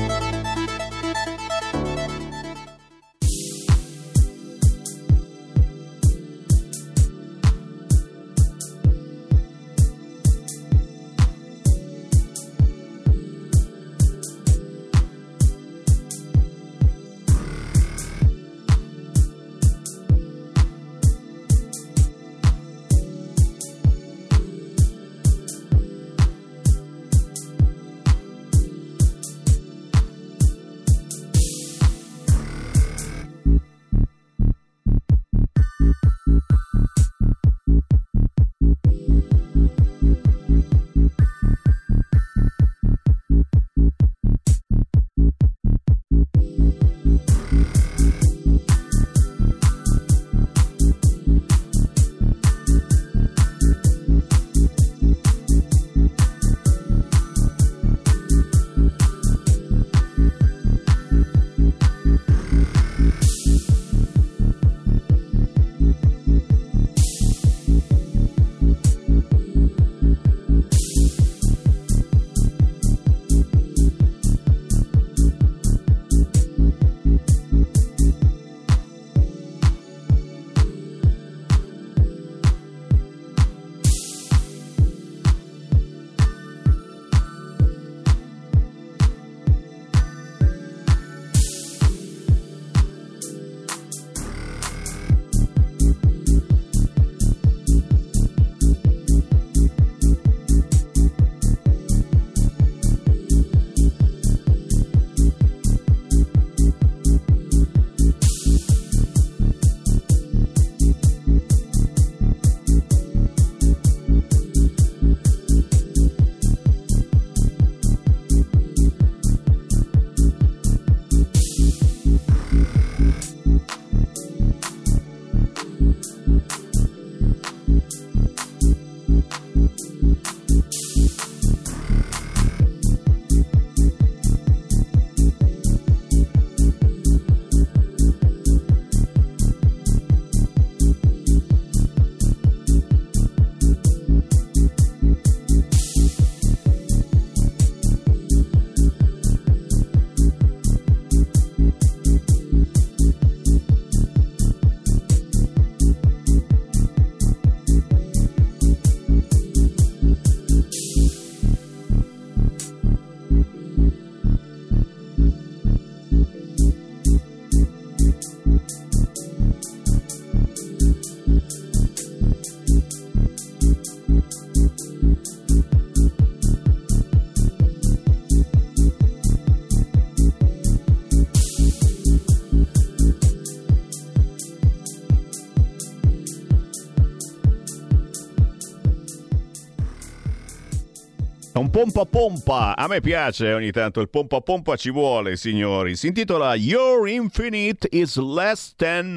Un pompa pompa, a me piace ogni tanto, il pompa pompa ci vuole, signori. Si intitola Your Infinite is Less Than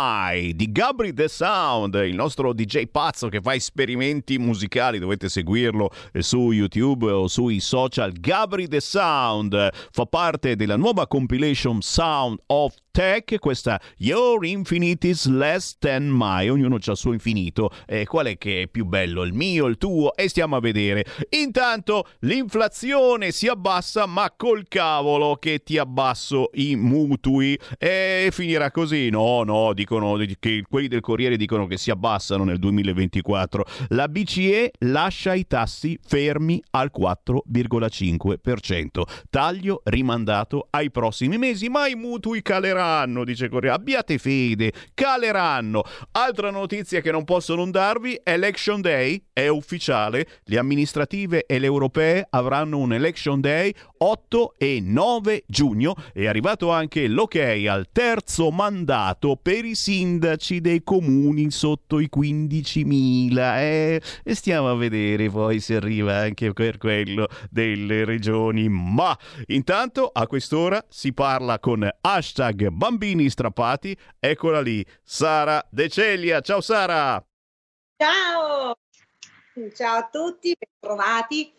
My di Gabri The Sound, il nostro DJ pazzo che fa esperimenti musicali, dovete seguirlo su YouTube o sui social. Gabri The Sound fa parte della nuova compilation Sound of Tech, questa Your Infinite is Less Than Mine, ognuno c'ha il suo infinito, qual è che è più bello, il mio, il tuo, e stiamo a vedere. Intanto l'inflazione si abbassa, ma col cavolo che ti abbasso i mutui, e finirà così. No, dicono che quelli del Corriere dicono che si abbassano nel 2024. La BCE lascia i tassi fermi al 4,5%, taglio rimandato ai prossimi mesi, ma i mutui caleranno, dice Corriere. Abbiate fede, caleranno. Altra notizia che non posso non darvi: Election Day è ufficiale, le amministrative e le europee avranno un Election Day 8 e 9 giugno. È arrivato anche l'ok al terzo mandato per i sindaci dei comuni sotto i 15.000, e stiamo a vedere poi se arriva anche per quello delle regioni. Ma intanto a quest'ora si parla con hashtag bambini strappati. Eccola lì, Sara De Celia. Ciao Sara. Ciao a tutti, ben trovati.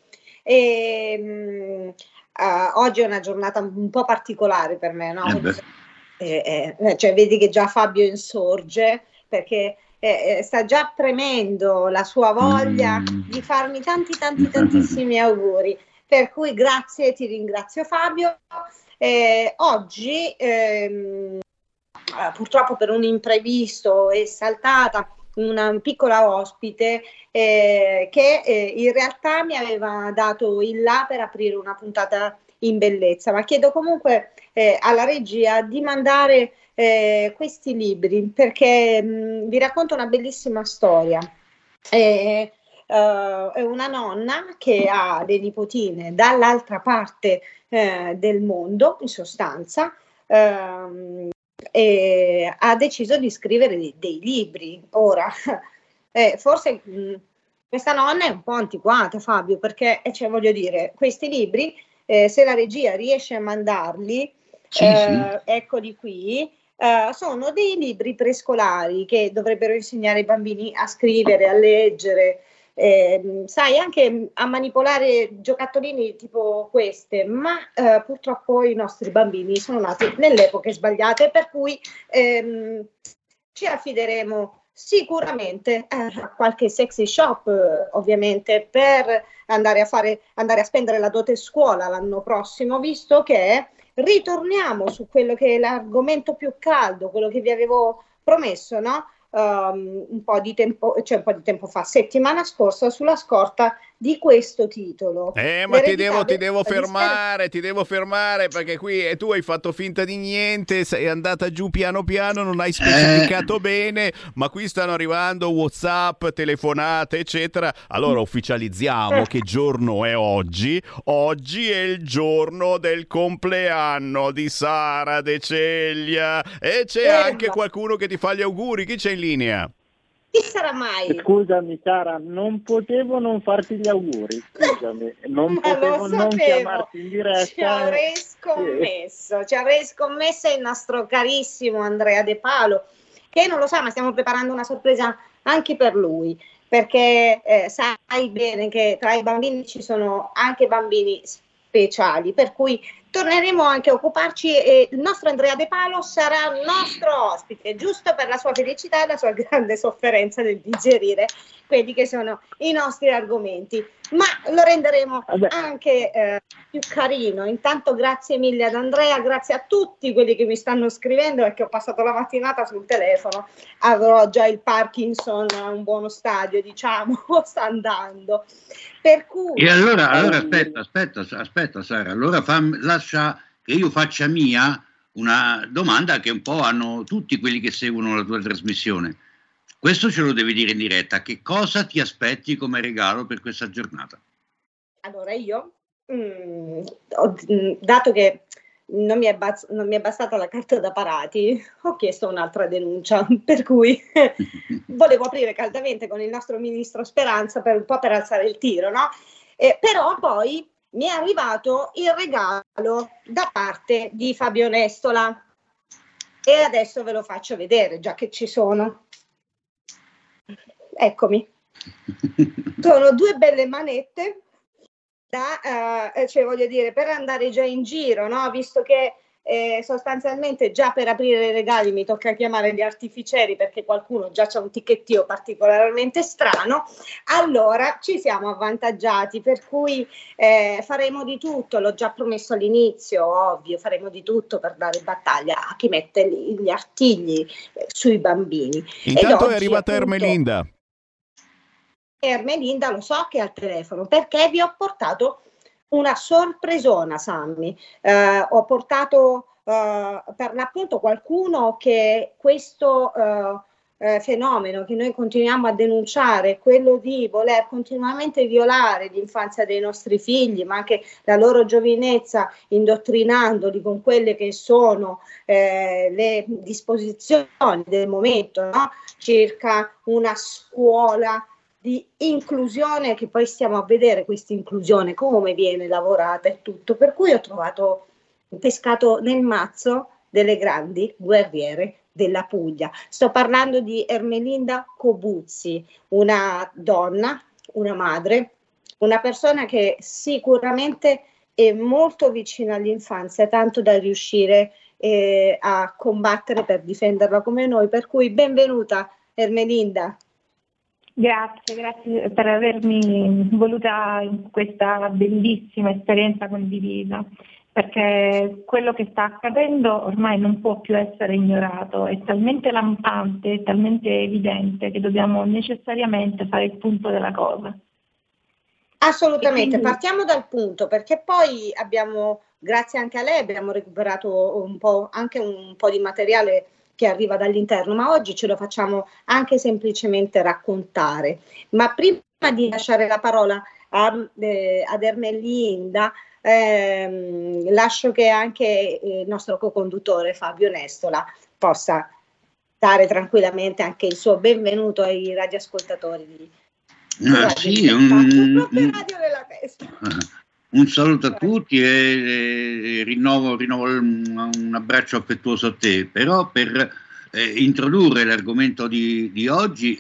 Oggi è una giornata un po' particolare per me, no? Cioè, vedi che già Fabio insorge, perché sta già premendo la sua voglia di farmi tantissimi auguri, per cui grazie, ti ringrazio Fabio. Oggi purtroppo per un imprevisto è saltata una piccola ospite che in realtà mi aveva dato il là per aprire una puntata in bellezza, ma chiedo comunque alla regia di mandare questi libri, perché vi racconto una bellissima storia. È una nonna che ha le nipotine dall'altra parte del mondo, in sostanza, e ha deciso di scrivere dei libri. Ora, forse questa nonna è un po' antiquata, Fabio, perché cioè, voglio dire, questi libri, se la regia riesce a mandarli, sì. Eccoli qui, sono dei libri prescolari che dovrebbero insegnare ai bambini a scrivere, a leggere, sai, anche a manipolare giocattolini tipo queste, ma purtroppo i nostri bambini sono nati nelle epoche sbagliate, per cui ci affideremo sicuramente a qualche sexy shop, ovviamente, per andare a spendere la dote scuola l'anno prossimo, visto che ritorniamo su quello che è l'argomento più caldo, quello che vi avevo promesso, no? Un po' di tempo fa, settimana scorsa, sulla scorta di questo titolo. Ma ti devo fermare, perché qui tu hai fatto finta di niente, sei andata giù piano piano, non hai specificato bene, ma qui stanno arrivando WhatsApp, telefonate, eccetera. Allora ufficializziamo che giorno è oggi. Oggi è il giorno del compleanno di Sara De Celia, e c'è anche qualcuno che ti fa gli auguri. Chi c'è in linea? Chi sarà mai? Scusami Sara, non potevo non farti gli auguri, scusami, non potevo non chiamarti in diretta. Ci avrei scommesso il nostro carissimo Andrea De Palo, che non lo sa, ma stiamo preparando una sorpresa anche per lui, perché sai bene che tra i bambini ci sono anche bambini speciali, per cui torneremo anche a occuparci, e il nostro Andrea De Palo sarà il nostro ospite, giusto per la sua felicità e la sua grande sofferenza nel digerire quelli che sono i nostri argomenti, ma lo renderemo anche più carino. Intanto grazie mille ad Andrea, grazie a tutti quelli che mi stanno scrivendo, perché ho passato la mattinata sul telefono, avrò già il Parkinson a un buono stadio, diciamo, sta andando. Per cui... E allora aspetta Sara, allora lascia che io faccia mia una domanda che un po' hanno tutti quelli che seguono la tua trasmissione. Questo ce lo devi dire in diretta. Che cosa ti aspetti come regalo per questa giornata? Allora io, dato che non mi è bastata la carta da parati, ho chiesto un'altra denuncia, per cui volevo aprire caldamente con il nostro ministro Speranza per un po' per alzare il tiro, no? Però poi mi è arrivato il regalo da parte di Fabio Nestola, e adesso ve lo faccio vedere, già che ci sono. Eccomi, sono due belle manette da, cioè voglio dire, per andare già in giro, no? Visto che sostanzialmente già per aprire i regali mi tocca chiamare gli artificieri perché qualcuno già c'ha un ticchettio particolarmente strano, allora ci siamo avvantaggiati, per cui faremo di tutto, l'ho già promesso all'inizio, ovvio, faremo di tutto per dare battaglia a chi mette gli artigli sui bambini. Intanto è arrivata Ermelinda. Ermelinda lo so che è al telefono, perché vi ho portato una sorpresona, Sammy. Ho portato per l'appunto qualcuno che questo fenomeno che noi continuiamo a denunciare, quello di voler continuamente violare l'infanzia dei nostri figli, ma anche la loro giovinezza, indottrinandoli con quelle che sono le disposizioni del momento, no? Circa una scuola di inclusione, che poi stiamo a vedere questa inclusione come viene lavorata e tutto, per cui ho pescato nel mazzo delle grandi guerriere della Puglia. Sto parlando di Ermelinda Cobuzzi, una donna, una madre, una persona che sicuramente è molto vicina all'infanzia, tanto da riuscire a combattere per difenderla come noi, per cui benvenuta Ermelinda. Grazie per avermi voluta in questa bellissima esperienza condivisa, perché quello che sta accadendo ormai non può più essere ignorato, è talmente lampante, è talmente evidente che dobbiamo necessariamente fare il punto della cosa. Assolutamente, quindi partiamo dal punto, perché poi abbiamo, grazie anche a lei, abbiamo recuperato anche un po' di materiale che arriva dall'interno, ma oggi ce lo facciamo anche semplicemente raccontare. Ma prima di lasciare la parola ad Ermelinda, lascio che anche il nostro co-conduttore Fabio Nestola possa dare tranquillamente anche il suo benvenuto ai radioascoltatori di Radio della Testa. Un saluto a tutti e rinnovo un abbraccio affettuoso a te. Però per introdurre l'argomento di oggi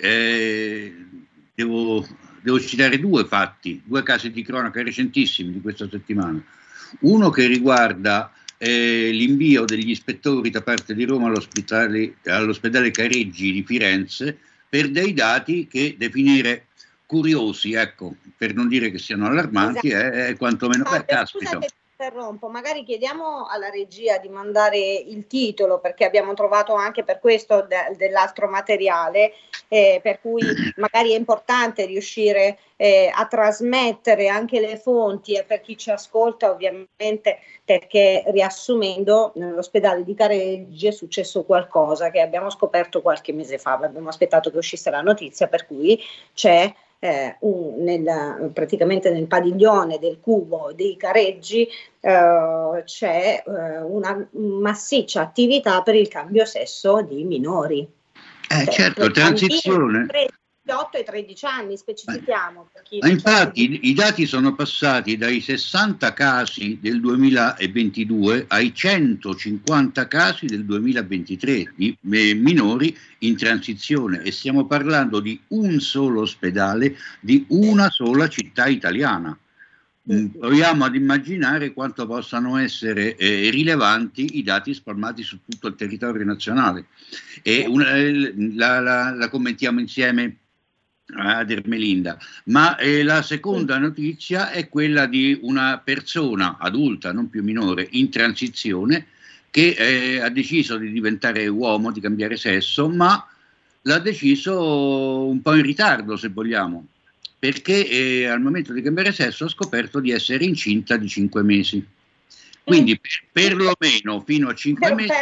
devo citare due casi di cronaca recentissimi di questa settimana. Uno che riguarda l'invio degli ispettori da parte di Roma all'ospedale Careggi di Firenze per dei dati che definire curiosi, ecco, per non dire che siano allarmanti, è quantomeno per caspita. Scusa che ti interrompo, magari chiediamo alla regia di mandare il titolo, perché abbiamo trovato anche per questo dell'altro materiale, per cui magari è importante riuscire a trasmettere anche le fonti, e per chi ci ascolta ovviamente, perché riassumendo, nell'ospedale di Careggi è successo qualcosa che abbiamo scoperto qualche mese fa, abbiamo aspettato che uscisse la notizia, per cui c'è praticamente nel padiglione del Cubo dei Careggi c'è una massiccia attività per il cambio sesso di minori. Certo, transizione. 8 e 13 anni, specifichiamo. Infatti i dati sono passati dai 60 casi del 2022 ai 150 casi del 2023 di minori in transizione, e stiamo parlando di un solo ospedale, di una sola città italiana. Proviamo ad immaginare quanto possano essere rilevanti i dati spalmati su tutto il territorio nazionale. E la commentiamo insieme ad Ermelinda. Ma la seconda notizia è quella di una persona adulta, non più minore, in transizione, che ha deciso di diventare uomo, di cambiare sesso, ma l'ha deciso un po' in ritardo, se vogliamo, perché al momento di cambiare sesso ha scoperto di essere incinta di 5 mesi. Quindi perlomeno fino a 5 mesi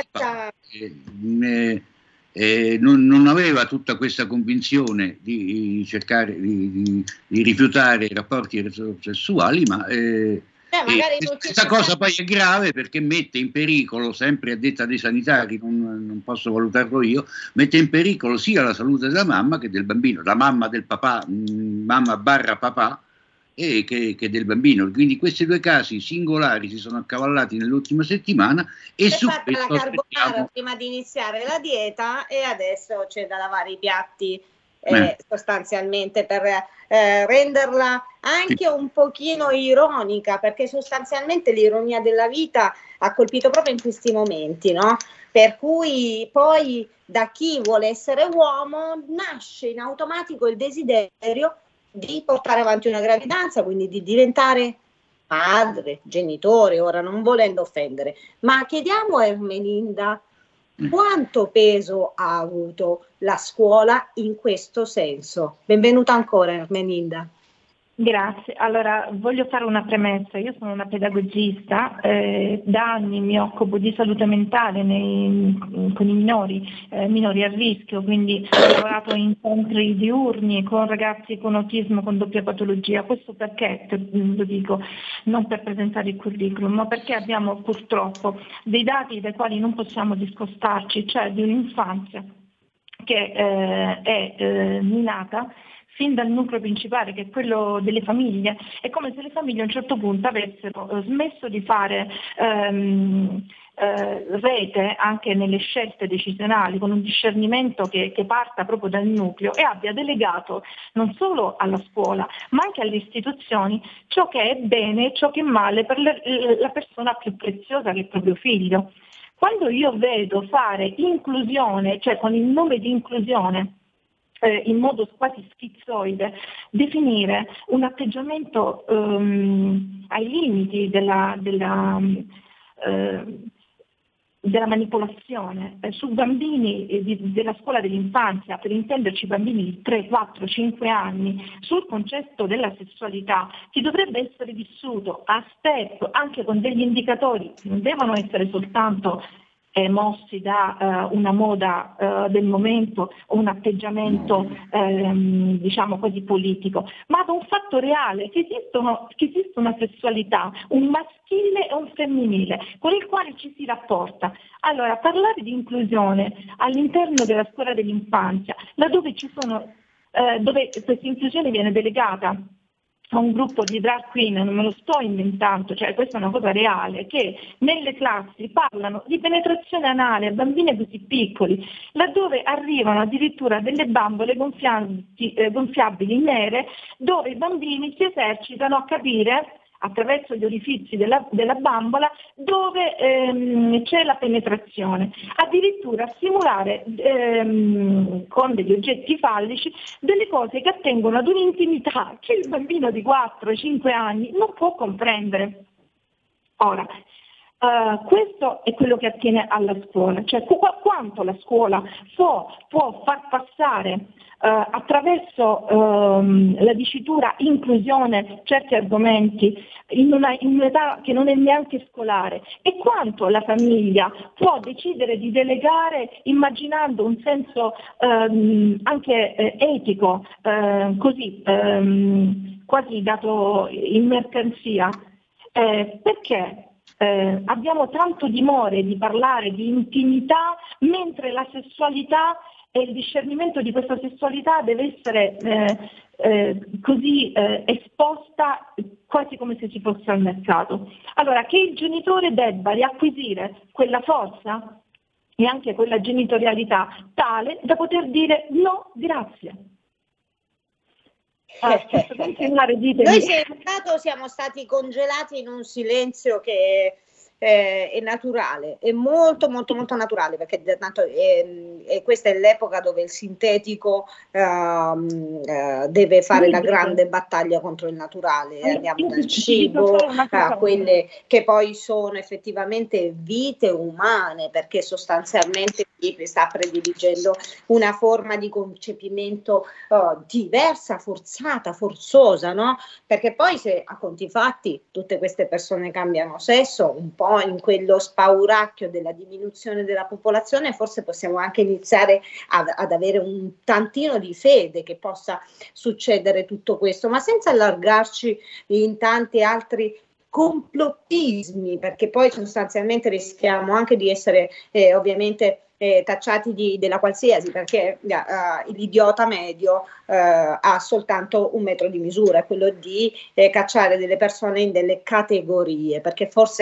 non aveva tutta questa convinzione di cercare di rifiutare i rapporti sessuali, ma questa cosa poi è grave perché mette in pericolo, sempre a detta dei sanitari, non posso valutarlo io, mette in pericolo sia la salute della mamma che del bambino, la mamma del papà, mamma barra papà, e che del bambino. Quindi questi due casi singolari si sono accavallati nell'ultima settimana e su questo la carbonara prima di iniziare la dieta, e adesso c'è da lavare i piatti sostanzialmente, per renderla anche un pochino ironica, perché sostanzialmente l'ironia della vita ha colpito proprio in questi momenti, no? Per cui poi da chi vuole essere uomo nasce in automatico il desiderio di portare avanti una gravidanza, quindi di diventare padre, genitore, ora non volendo offendere. Ma chiediamo a Ermelinda quanto peso ha avuto la scuola in questo senso. Benvenuta ancora, Ermelinda. Grazie. Allora, voglio fare una premessa. Io sono una pedagogista, da anni mi occupo di salute mentale con i minori a rischio, quindi ho lavorato in centri diurni con ragazzi con autismo, con doppia patologia. Questo perché, lo dico, non per presentare il curriculum, ma perché abbiamo purtroppo dei dati dai quali non possiamo discostarci, cioè di un'infanzia che è minata fin dal nucleo principale, che è quello delle famiglie. È come se le famiglie a un certo punto avessero smesso di fare rete anche nelle scelte decisionali, con un discernimento che parta proprio dal nucleo, e abbia delegato non solo alla scuola ma anche alle istituzioni ciò che è bene e ciò che è male per la persona più preziosa, che è il proprio figlio. Quando io vedo fare inclusione, cioè con il nome di inclusione, in modo quasi schizzoide, definire un atteggiamento ai limiti della manipolazione su bambini della scuola dell'infanzia, per intenderci bambini di 3, 4, 5 anni, sul concetto della sessualità, che dovrebbe essere vissuto a step, anche con degli indicatori che non devono essere soltanto mossi da una moda del momento o un atteggiamento diciamo così politico, ma da un fatto reale, che esiste una sessualità, un maschile e un femminile con il quale ci si rapporta. Allora, parlare di inclusione all'interno della scuola dell'infanzia, laddove dove questa inclusione viene delegata a un gruppo di drag queen, non me lo sto inventando, cioè questa è una cosa reale, che nelle classi parlano di penetrazione anale a bambini così piccoli, laddove arrivano addirittura delle bambole gonfiabili nere, dove i bambini si esercitano a capire attraverso gli orifizi della bambola dove c'è la penetrazione, addirittura a simulare con degli oggetti fallici delle cose che attengono ad un'intimità che il bambino di 4-5 anni non può comprendere. Ora, questo è quello che attiene alla scuola, cioè quanto la scuola può far passare attraverso la dicitura inclusione certi argomenti in un'età che non è neanche scolare, e quanto la famiglia può decidere di delegare immaginando un senso anche etico, così quasi dato in mercanzia, perché abbiamo tanto timore di parlare di intimità, mentre la sessualità e il discernimento di questa sessualità deve essere così esposta quasi come se si fosse al mercato. Allora, che il genitore debba riacquisire quella forza e anche quella genitorialità tale da poter dire no, grazie. Noi siamo stati congelati in un silenzio che è naturale, è molto molto molto naturale, perché tanto questa è l'epoca dove il sintetico deve fare la grande battaglia contro il naturale. Andiamo dal cibo a quelle che poi sono effettivamente vite umane, perché sostanzialmente sta prediligendo una forma di concepimento diversa, forzata, forzosa, no? Perché poi, se a conti fatti tutte queste persone cambiano sesso, un po' in quello spauracchio della diminuzione della popolazione, forse possiamo anche iniziare ad avere un tantino di fede che possa succedere tutto questo, ma senza allargarci in tanti altri complottismi, perché poi sostanzialmente rischiamo anche di essere ovviamente tacciati della qualsiasi, perché l'idiota medio ha soltanto un metro di misura, quello di cacciare delle persone in delle categorie, perché forse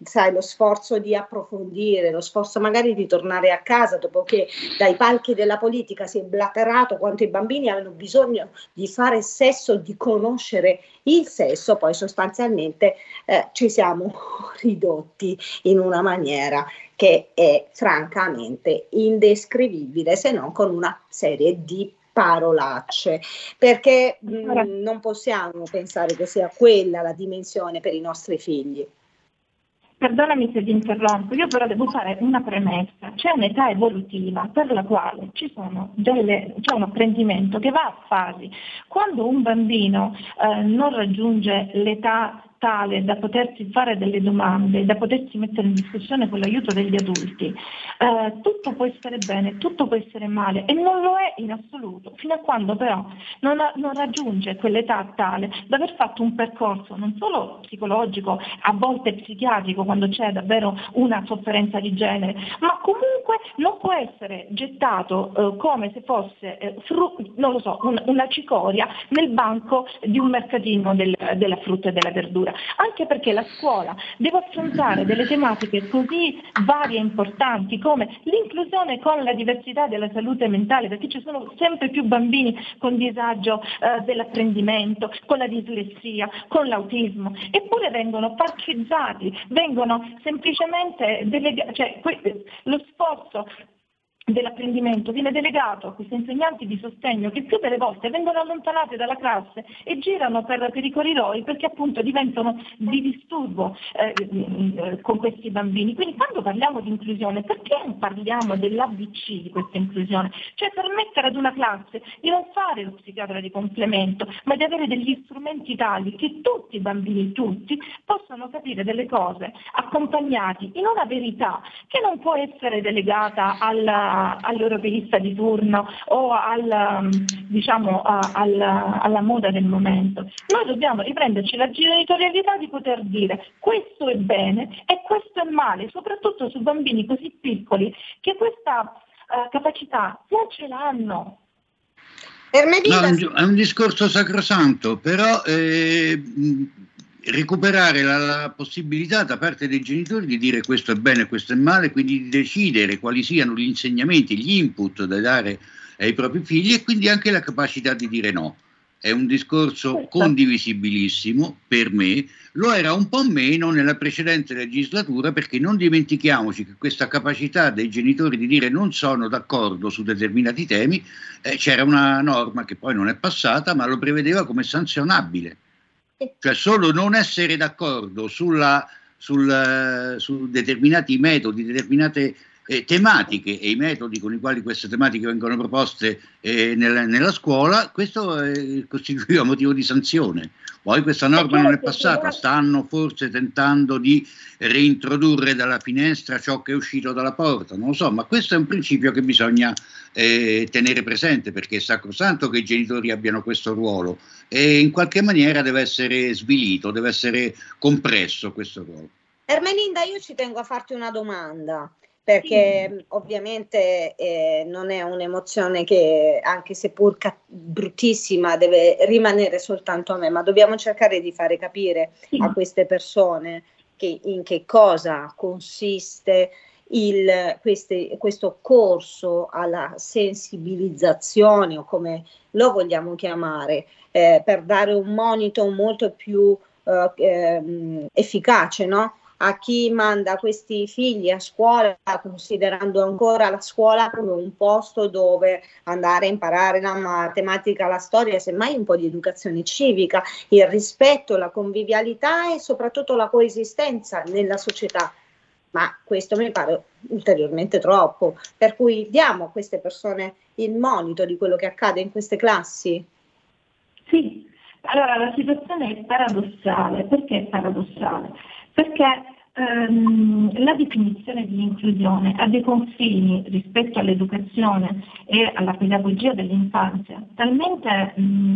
sai, lo sforzo di approfondire, lo sforzo magari di tornare a casa dopo che dai palchi della politica si è blatterato quanto i bambini hanno bisogno di fare sesso, di conoscere il sesso, poi sostanzialmente ci siamo ridotti in una maniera che è francamente indescrivibile, se non con una serie di parolacce, perché non possiamo pensare che sia quella la dimensione per i nostri figli. Perdonami se ti interrompo, io però devo fare una premessa. C'è un'età evolutiva per la quale c'è un apprendimento che va a fasi. Quando un bambino non raggiunge l'età tale da potersi fare delle domande, da potersi mettere in discussione con l'aiuto degli adulti, tutto può essere bene, tutto può essere male, e non lo è in assoluto, fino a quando però non raggiunge quell'età tale da aver fatto un percorso non solo psicologico, a volte psichiatrico quando c'è davvero una sofferenza di genere, ma comunque non può essere gettato come se fosse una cicoria nel banco di un mercatino della frutta e della verdura. Anche perché la scuola deve affrontare delle tematiche così varie e importanti come l'inclusione con la diversità della salute mentale, perché ci sono sempre più bambini con disagio dell'apprendimento, con la dislessia, con l'autismo, eppure vengono parcheggiati, vengono semplicemente lo sforzo dell'apprendimento viene delegato a questi insegnanti di sostegno che più delle volte vengono allontanati dalla classe e girano per i corridoi perché appunto diventano di disturbo con questi bambini. Quindi quando parliamo di inclusione, perché non parliamo dell'ABC di questa inclusione? Cioè permettere ad una classe di non fare lo psichiatra di complemento, ma di avere degli strumenti tali che tutti i bambini, tutti, possano capire delle cose accompagnati in una verità che non può essere delegata all'europeista di turno o alla moda del momento. Noi dobbiamo riprenderci la genitorialità di poter dire questo è bene e questo è male, soprattutto su bambini così piccoli che questa capacità non ce l'hanno. No, è un discorso sacrosanto, però recuperare la possibilità da parte dei genitori di dire questo è bene, questo è male, quindi di decidere quali siano gli insegnamenti, gli input da dare ai propri figli, e quindi anche la capacità di dire no. È un discorso condivisibilissimo per me, lo era un po' meno nella precedente legislatura, perché non dimentichiamoci che questa capacità dei genitori di dire non sono d'accordo su determinati temi, c'era una norma che poi non è passata, ma lo prevedeva come sanzionabile. Cioè solo non essere d'accordo su determinati metodi, determinate tematiche e i metodi con i quali queste tematiche vengono proposte nella scuola, questo costituiva motivo di sanzione. Poi questa norma non è passata, stanno forse tentando di reintrodurre dalla finestra ciò che è uscito dalla porta, non lo so, ma questo è un principio che bisogna tenere presente, perché è sacrosanto che i genitori abbiano questo ruolo e in qualche maniera deve essere svilito, deve essere compresso questo ruolo. Ermelinda, io ci tengo a farti una domanda, perché ovviamente non è un'emozione che, anche seppur bruttissima, deve rimanere soltanto a me, ma dobbiamo cercare di fare capire a queste persone in che cosa consiste questo corso alla sensibilizzazione, o come lo vogliamo chiamare, per dare un monito molto più efficace, no? A chi manda questi figli a scuola, considerando ancora la scuola come un posto dove andare a imparare la matematica, la storia, semmai un po' di educazione civica, il rispetto, la convivialità e soprattutto la coesistenza nella società. Ma questo mi pare ulteriormente troppo, per cui diamo a queste persone il monito di quello che accade in queste classi. Sì, allora la situazione è paradossale. Perché è paradossale? Perché la definizione di inclusione ha dei confini rispetto all'educazione e alla pedagogia dell'infanzia talmente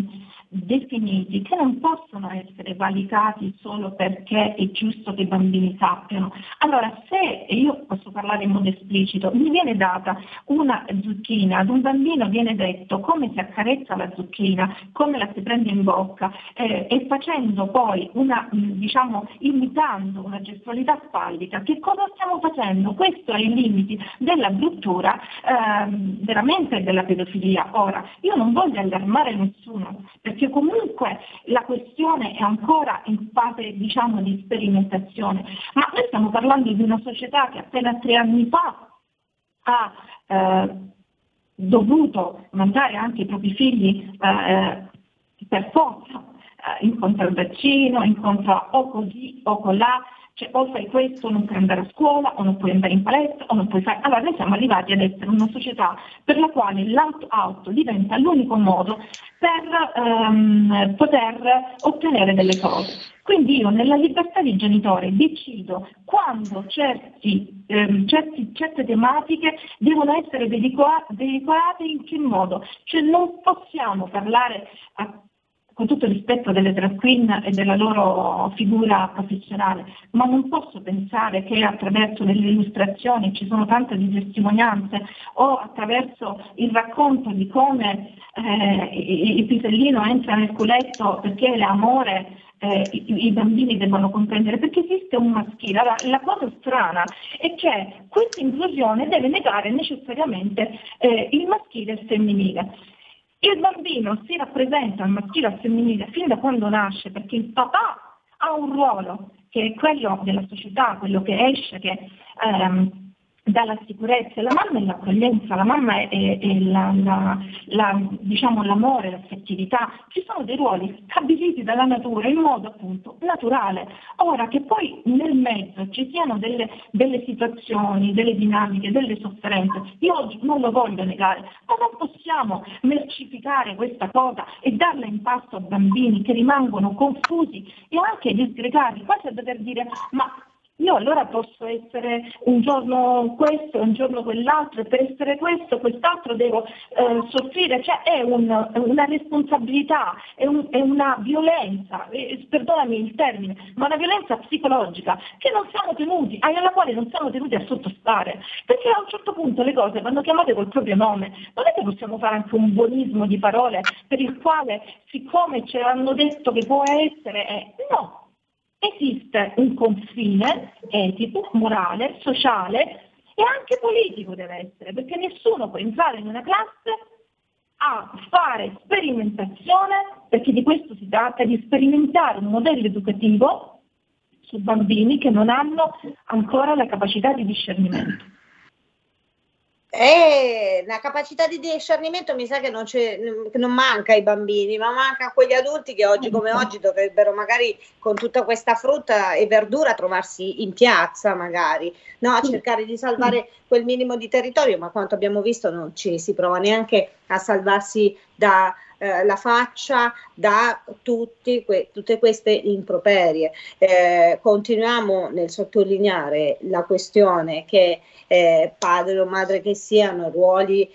definiti che non possono essere valicati solo perché è giusto che i bambini sappiano. Allora, se, e io posso parlare in modo esplicito, mi viene data una zucchina, ad un bambino viene detto come si accarezza la zucchina, come la si prende in bocca, e facendo poi imitando una gestualità spallica, che cosa stiamo facendo? Questo è i limiti della bruttura veramente della pedofilia. Ora, io non voglio allarmare nessuno, perché comunque la questione è ancora in fase di sperimentazione, ma noi stiamo parlando di una società che appena 3 anni fa ha dovuto mandare anche i propri figli per forza incontro al vaccino, incontro o così o colà, cioè o fai questo, non puoi andare a scuola, o non puoi andare in palestra, o non puoi fare. Allora noi siamo arrivati ad essere una società per la quale l'auto diventa l'unico modo per poter ottenere delle cose. Quindi io nella libertà di genitore decido quando certe tematiche devono essere veicolate in che modo. Cioè non possiamo parlare con tutto il rispetto delle drag queen e della loro figura professionale, ma non posso pensare che attraverso delle illustrazioni, ci sono tante di testimonianze, o attraverso il racconto di come il pisellino entra nel culetto perché l'amore i bambini devono comprendere, perché esiste un maschile. Allora, la cosa strana è che questa inclusione deve negare necessariamente il maschile e il femminile. Il bambino si rappresenta al maschile e al femminile fin da quando nasce, perché il papà ha un ruolo che è quello della società, quello che esce, che dà la sicurezza, la mamma è l'accoglienza, la mamma è l'amore, l'affettività. Ci sono dei ruoli stabiliti dalla natura in modo appunto naturale. Ora che poi nel mezzo ci siano delle situazioni, delle dinamiche, delle sofferenze, io oggi non lo voglio negare, ma non possiamo mercificare questa cosa e darla in pasto a bambini che rimangono confusi e anche disgregati, quasi a dover dire ma io allora posso essere un giorno questo, un giorno quell'altro, e per essere questo, quest'altro devo soffrire, cioè è una responsabilità, è una violenza, perdonami il termine, ma una violenza psicologica che non siamo tenuti, alla quale non siamo tenuti a sottostare, perché a un certo punto le cose vanno chiamate col proprio nome. Non è che possiamo fare anche un buonismo di parole per il quale, siccome ce l'hanno detto che può essere, no. Esiste un confine etico, morale, sociale e anche politico deve essere, perché nessuno può entrare in una classe a fare sperimentazione, perché di questo si tratta, di sperimentare un modello educativo su bambini che non hanno ancora la capacità di discernimento. La capacità di discernimento mi sa che non manca ai bambini, ma manca a quegli adulti che oggi come oggi dovrebbero magari con tutta questa frutta e verdura trovarsi in piazza magari, no? A cercare di salvare quel minimo di territorio, ma quanto abbiamo visto non ci si prova neanche a salvarsi da la faccia da tutte queste improperie. Continuiamo nel sottolineare la questione che padre o madre che siano, ruoli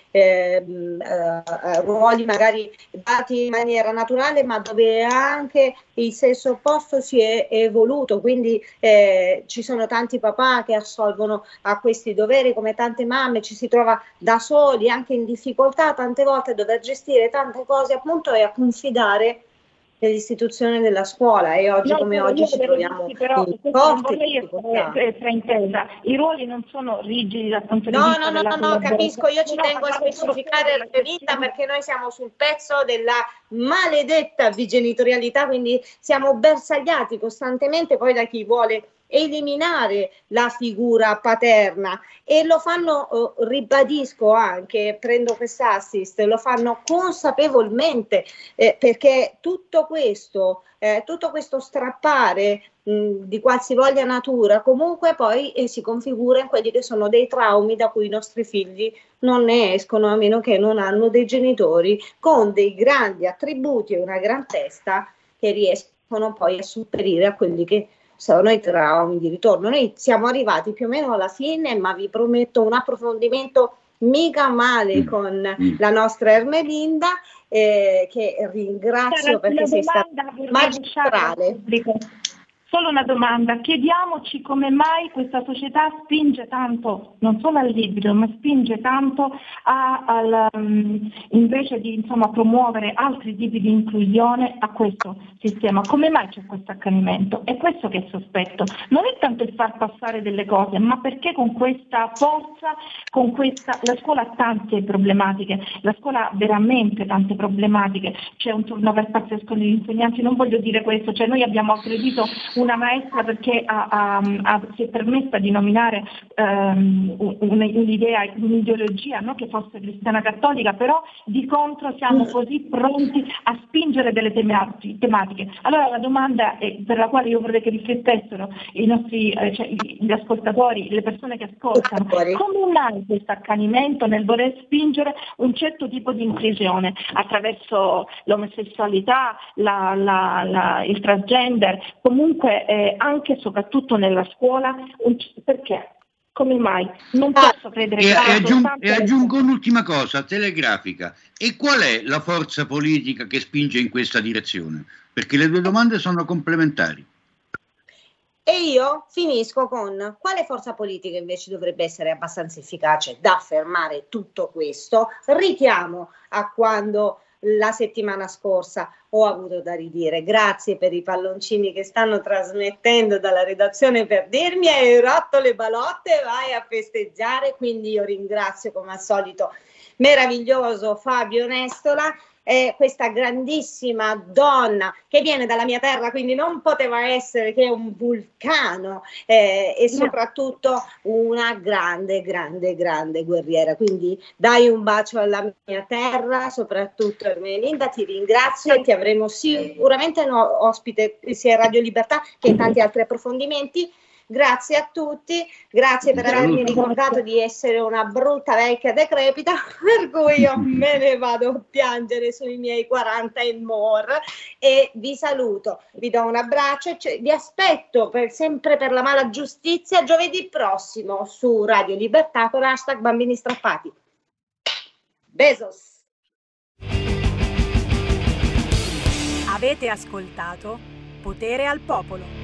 magari dati in maniera naturale, ma dove anche il sesso opposto si è evoluto, quindi ci sono tanti papà che assolvono a questi doveri, come tante mamme, ci si trova da soli, anche in difficoltà tante volte a dover gestire tante cose appunto e a confidare nell'istituzione della scuola, e oggi come oggi ci troviamo in forte difficoltà. Fraintesa, i ruoli non sono rigidi dal punto di vista della No, capisco, io ci tengo a specificare la vita, perché noi siamo sul pezzo della maledetta bigenitorialità, quindi siamo bersagliati costantemente poi da chi vuole eliminare la figura paterna, e lo fanno, ribadisco anche, prendo quest'assist, lo fanno consapevolmente, perché tutto questo strappare di qualsivoglia natura comunque poi si configura in quelli che sono dei traumi da cui i nostri figli non ne escono, a meno che non hanno dei genitori con dei grandi attributi e una gran testa che riescono poi a sopperire a quelli che sono i traumi di ritorno. Noi siamo arrivati più o meno alla fine, ma vi prometto un approfondimento mica male con la nostra Ermelinda, che ringrazio perché sei stata magistrale. Solo una domanda, chiediamoci come mai questa società spinge tanto, non solo al libro, ma spinge tanto invece di promuovere altri tipi di inclusione a questo sistema. Come mai c'è questo accanimento? È questo che sospetto. Non è tanto il far passare delle cose, ma perché con questa forza, la scuola ha tante problematiche, la scuola ha veramente tante problematiche, c'è un turnover pazzesco negli insegnanti, non voglio dire questo, cioè noi abbiamo aggredito una maestra perché si è permessa di nominare un'ideologia, non che fosse cristiana cattolica, però di contro siamo così pronti a spingere delle tematiche. Allora la domanda per la quale io vorrei che riflettessero i nostri gli ascoltatori, le persone che ascoltano, come mai questo accanimento nel voler spingere un certo tipo di inclusione attraverso l'omosessualità, il transgender, comunque anche e soprattutto nella scuola, perché? Come mai? Non posso credere e aggiungo un'ultima cosa telegrafica. E qual è la forza politica che spinge in questa direzione? Perché le due domande sono complementari. E io finisco con quale forza politica invece dovrebbe essere abbastanza efficace da fermare tutto questo. Richiamo a quando la settimana scorsa ho avuto da ridire. Grazie per i palloncini che stanno trasmettendo dalla redazione per dirmi hai rotto le balotte, vai a festeggiare. Quindi io ringrazio come al solito meraviglioso Fabio Nestola, questa grandissima donna che viene dalla mia terra, quindi non poteva essere che un vulcano, e soprattutto una grande guerriera. Quindi dai un bacio alla mia terra, soprattutto Ermelinda, ti ringrazio e ti avremo sicuramente ospite sia Radio Libertà che in tanti altri approfondimenti. Grazie a tutti, grazie per avermi ricordato di essere una brutta vecchia decrepita, per cui io me ne vado a piangere sui miei 40 e more, e vi saluto, vi do un abbraccio, vi aspetto sempre per la mala giustizia giovedì prossimo su Radio Libertà con #bambini strappati. Besos! Avete ascoltato Potere al Popolo.